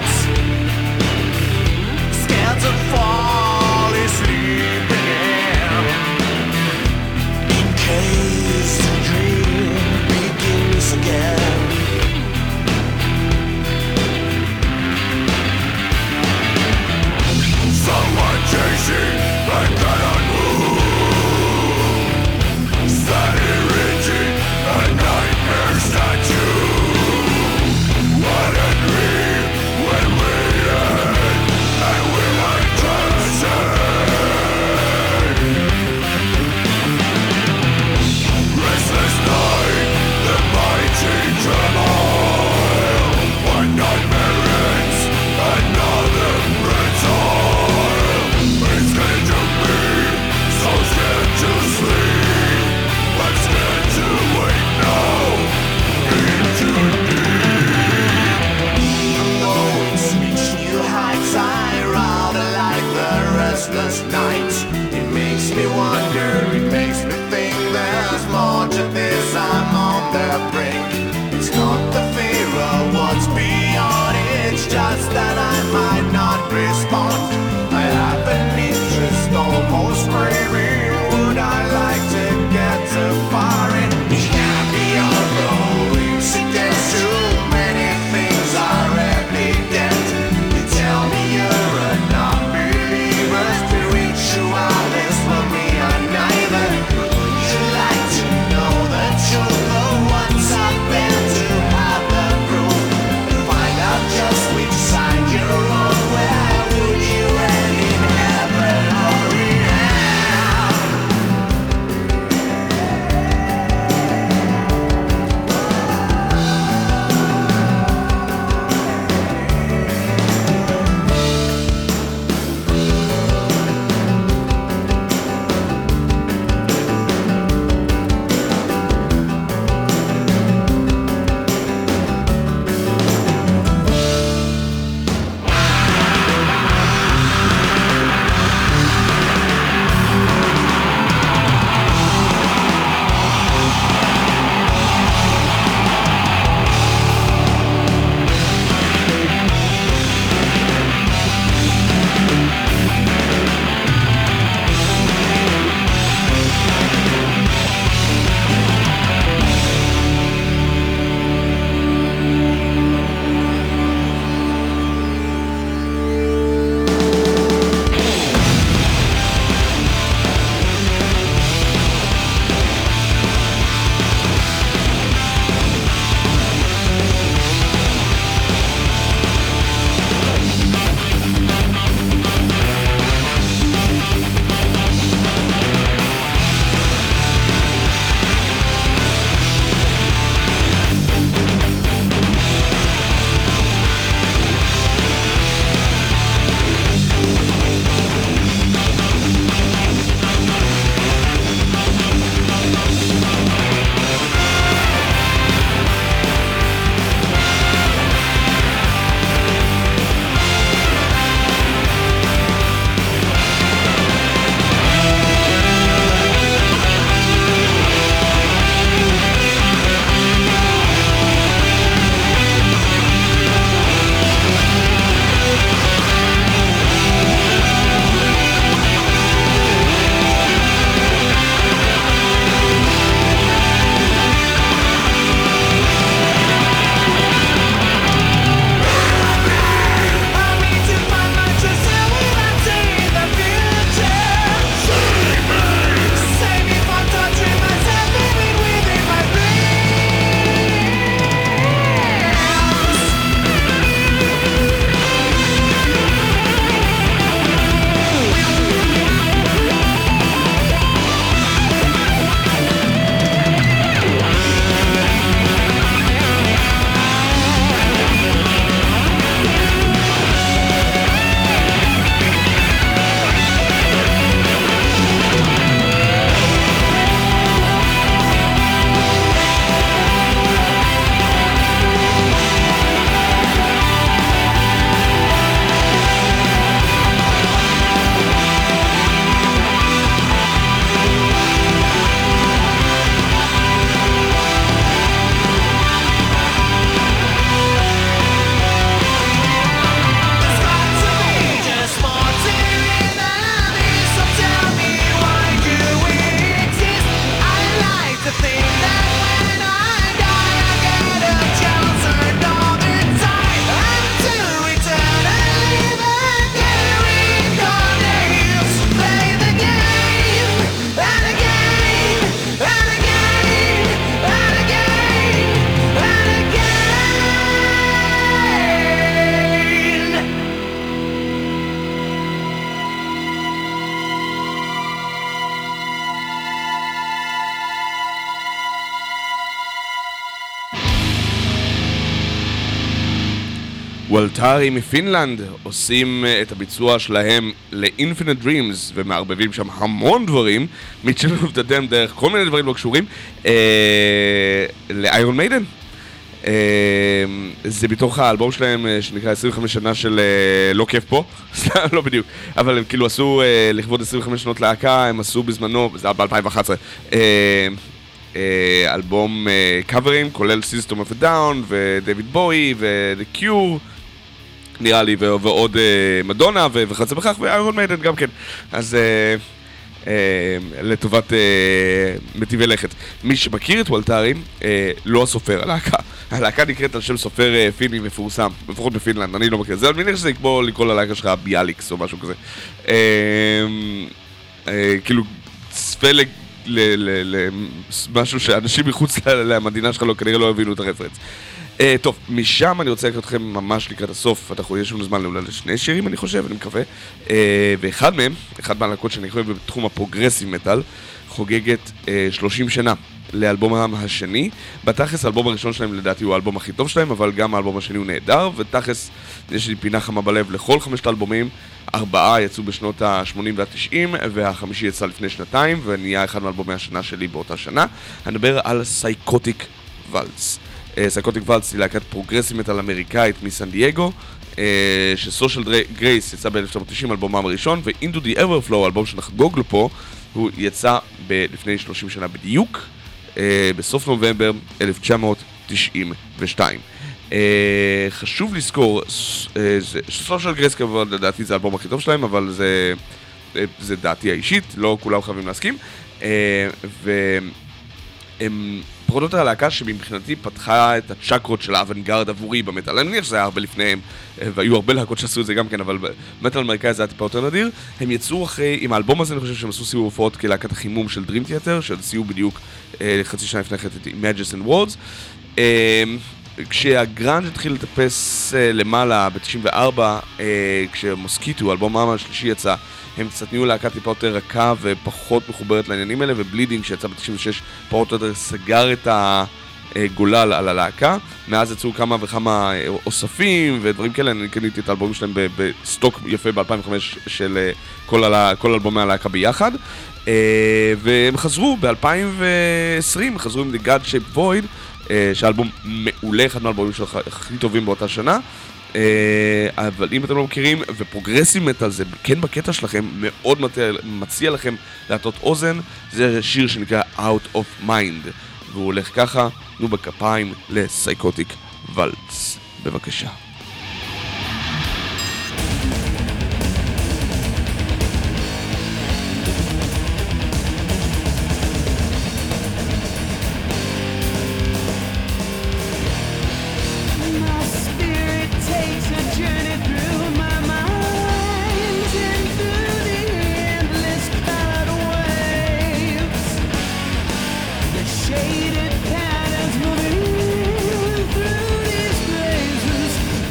scared to fall asleep again. In case the dream begins again. Someone chasing and cannot move, steady reaching a nightmare statue. What a dream when we end, and we might try. וולטרי מפינלנד עושים את הביצוע שלהם ל-Infinite Dreams ומערבבים שם המון דברים מ-Children of the Dam דרך כל מיני דברים לא קשורים אה, לאיירון מיידן. אה, זה בתוך האלבום שלהם שנקרא עשרים וחמש שנה של אה, לא כיף פה, לא בדיוק, אבל הם כאילו עשו אה, לכבוד עשרים וחמש שנות להקה, הם עשו בזמנו, זה היה ב-אלפיים ואחת עשרה, אה, אה, אלבום קאברים אה, כולל System of a Down ודייוויד בואי ו-The Cure נראה לי, ו- ועוד uh, מדונה ו- וחצה בכך, ואיירון מיידן גם כן. אז uh, uh, לטובת uh, מטיבי לכת. מי שמכיר את וולטרי, uh, לא הסופר, הלהקה. הלהקה נקראת על שם סופר uh, פיני מפורסם, לפחות בפינלנד, אני לא מכיר. זה מניח שזה כמו לקרוא ללהקה שלך ביאליקס או משהו כזה. Uh, uh, כאילו, צפה ל... למשהו שאנשים מחוץ למדינה שלך לא, כנראה לא הבינו את הרפרנס. Uh, טוב, משם אני רוצה לקרוא אתכם ממש לקראת הסוף. אנחנו, יש לנו זמן אולי לשני שירים, אני חושב, אני מקווה. Uh, ואחד מהם, אחד מהלהקות שאני חושב בתחום הפרוגרסיב מטל, חוגגת uh, שלושים שנה לאלבומם השני. בתכלס, האלבום הראשון שלהם לדעתי הוא האלבום הכי טוב שלהם, אבל גם האלבום השני הוא נהדר, ותכלס, יש לי פינה חמה בלב לכל חמשת האלבומים. ארבעה יצאו בשנות ה-שמונים וה-תשעים, והחמישי יצא לפני שנתיים, ונהיה אחד מאלבומי השנה שלי באותה שנה. אני מדבר על סייקוטיק ולס. סייקוטיק ולס היא להקת פרוגרסיב מטל אמריקאית מסן דייגו, שסושיאל גרייס יצא ב-אלף תשע מאות תשעים, אלבומם הראשון, ו-Into the Everflow, אלבום שנחגוג לו פה, הוא יצא לפני שלושים שנה בדיוק, בסוף נובמבר אלף תשע מאות תשעים ושתיים. חשוב לזכור, סושיאל גרייס כמובן לדעתי זה האלבום הכי טוב שלהם, אבל זה, זה דעתי האישית, לא כולם חייבים להסכים, והם פרודות הלהקה שמבחינתי פתחה את הצ'קרות של האוונגרד עבורי במטל. אני מניח שזה היה הרבה לפניהם, והיו הרבה להקות שעשו את זה גם כן, אבל במטל אמריקאי זה היה טיפה יותר נדיר. הם יצאו אחרי, עם האלבום הזה אני חושב שהם עשו סיבוב הופעות כלהקת החימום של Dream Theater, שהציעו בדיוק חצי שנה לפני כן את Images and Words. כשהגראנג' התחיל לטפס למעלה ב-תשעים וארבע, כשמוסקיטו, האלבום השלישי יצא, הם קצת נהיו להקה טיפה יותר רכה ופחות מחוברת לעניינים האלה, ובלידינג שיצא ב-תשעים ושש פחות או יותר סגר את הגולל על הלהקה. מאז יצאו כמה וכמה אוספים ודברים כאלה, אני קניתי את האלבומים שלהם בסטוק יפה ב-אלפיים וחמש של כל, כל אלבומי הלהקה ביחד, והם חזרו ב-אלפיים ועשרים, הם חזרו עם The God Shaped Void, שהאלבום מעולה, אחד מהאלבומים הכי טובים באותה שנה. אבל אם אתם לא מכירים, ופרוגרסיב מטל זה כן בקטע שלכם, מאוד מציע לכם להטות אוזן. זה שיר שנקרא Out of Mind, והוא הולך ככה. תנו בכפיים לסייקוטיק ולס, בבקשה. Shaded patterns moving through these places.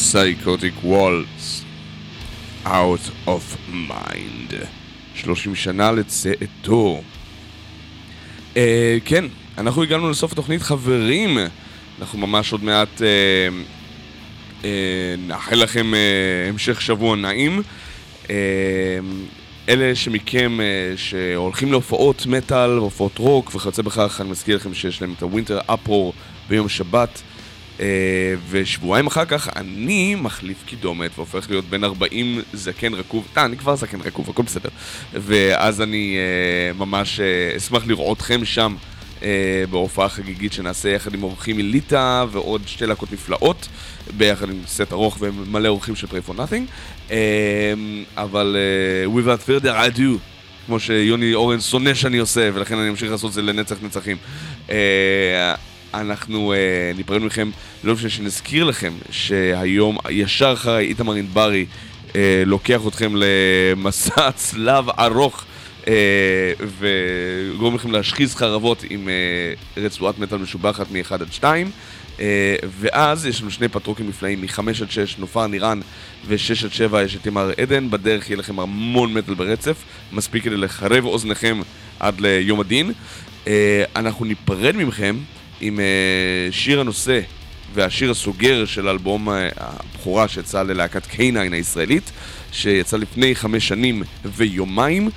Psychotic Waltz Out of Mind, שלושים שנה לצאתו. uh, כן, אנחנו הגענו לסוף התוכנית, חברים. אנחנו ממש עוד מעט uh, uh, נאחל לכם uh, המשך שבוע נעים. uh, אלה שמכם uh, שהולכים להופעות מטל, הופעות רוק וכיוצא בכך, אני מזכיר לכם שיש להם את הווינטר אפרור ביום שבת, uh, ושבועיים אחר כך אני מחליף קידומת והופך להיות בן ארבעים זקן רקוב. תה, אני כבר זקן רקוב, הכל בסדר. ואז אני uh, ממש uh, אשמח לראותכם שם uh, בהופעה חגיגית שנעשה יחד עם אורחים מליטה ועוד שתי להקות נפלאות, ביחד עם סט ארוך ומלא אורחים של Pray for Nothing. uh, אבל uh, without further ado, כמו שיוני אורן שונא שאני עושה, ולכן אני אמשיך לעשות זה לנצח נצחים. uh, אנחנו uh, ניפרד מכם, לא בשביל שנזכיר לכם שהיום ישר אחרי איתמר ענברי uh, לוקח אתכם למסע צלב ארוך uh, וגורם לכם להשחיז חרבות עם uh, רצועת מטל משובחת מ-אחד עד שתיים, uh, ואז יש לנו שני פטרוקים נפלאים מ-חמש עד שש, נופר נירן, ו-שש עד שבע יש את תמר עדן. בדרך יהיה לכם המון מטל ברצף, מספיק כדי לחרב אוזניכם עד ליום הדין. uh, אנחנו ניפרד מכם עם שיר הנושא והשיר הסוגר של אלבום הבכורה שיצא ללהקת קיינין הישראלית, שיצא לפני חמש שנים ויומיים.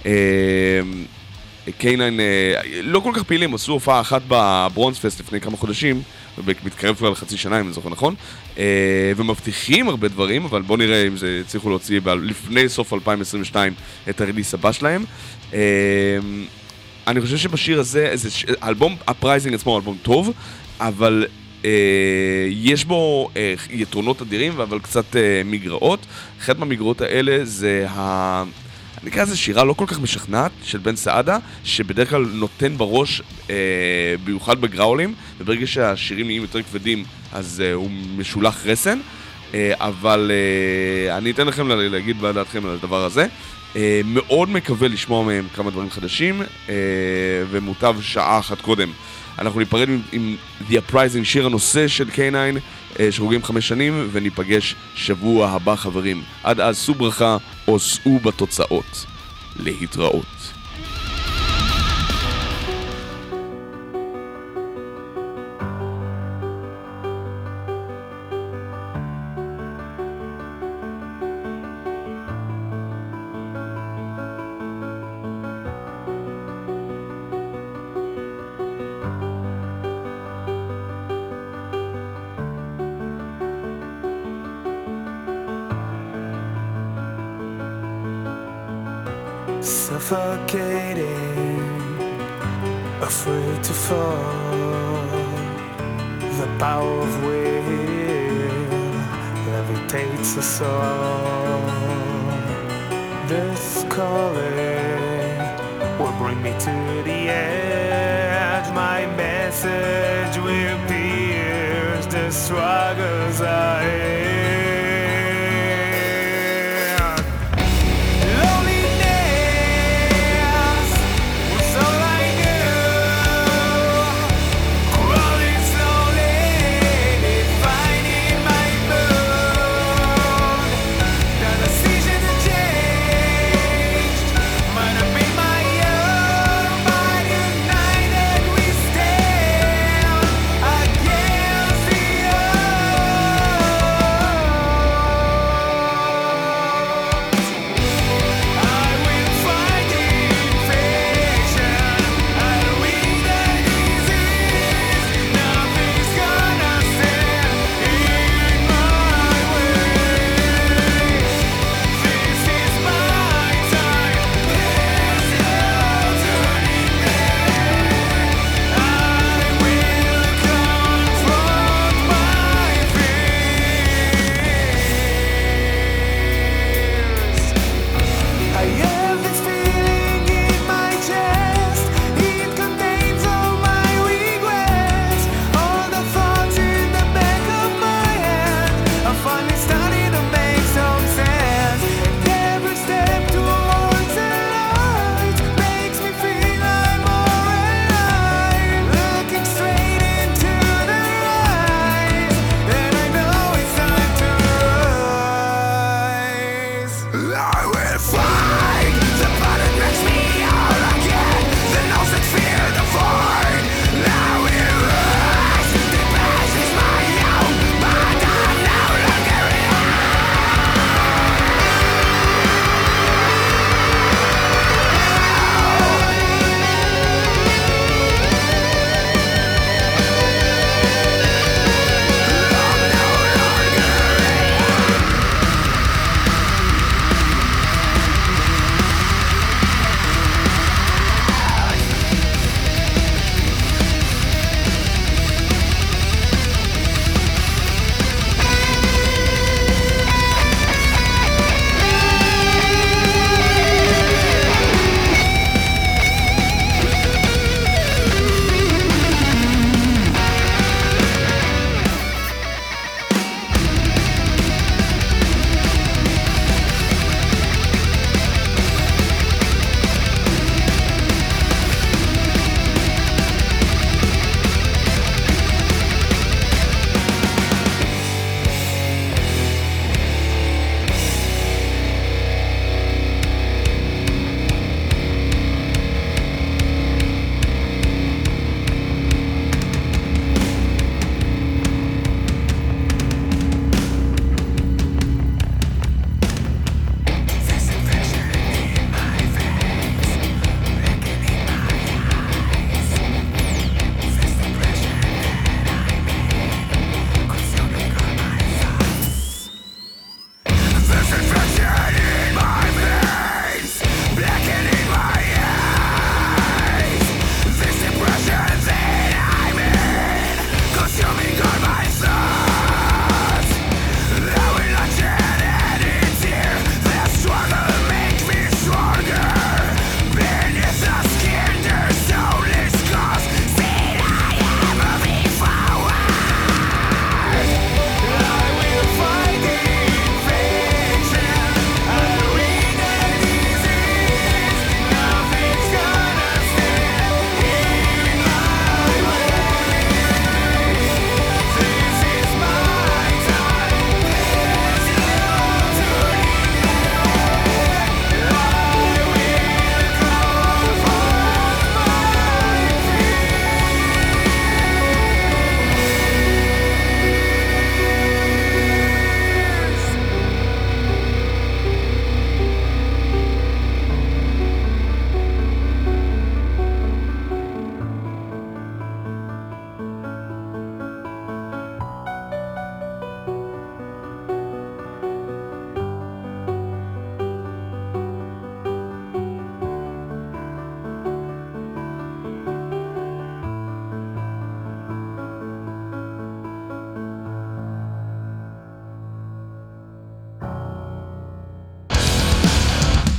קיינין לא כל כך פעילים, עשו הופעה אחת בברונס פסט לפני כמה חודשים, ומתקרב כבר לחצי שנה אם אני זוכר נכון, ומבטיחים הרבה דברים, אבל בואו נראה אם זה הצליחו להוציא לפני סוף אלפיים עשרים ושתיים את הריליס הבא שלהם. אני חושב שבשיר הזה, האלבום הפרייזינג עצמו הוא אלבום טוב, אבל אה, יש בו אה, יתרונות אדירים, אבל קצת אה, מגרעות. אחת מהמגרעות האלה זה ה... אני אקרא לזה שירה לא כל כך משכנעת של בן סעדה, שבדרך כלל נותן בראש אה, ביוחד בגראולים, וברגע שהשירים נהיים יותר כבדים, אז אה, הוא משולח רסן. אה, אבל אה, אני אתן לכם להגיד בעדתכם על הדבר הזה. Uh, מאוד מקווה לשמוע מהם כמה דברים חדשים, uh, ומוטב שעה אחת קודם. אנחנו ניפרד עם, עם The Uprising, שיר הנושא של קיינין, uh, שחוגגים חמש שנים, וניפגש שבוע הבא חברים. עד אז סעו ברכה או סעו בתוצאות. להתראות. Suffocating, afraid to fall. The power of will levitates us all. This calling will bring me to the edge. My message will pierce the struggles I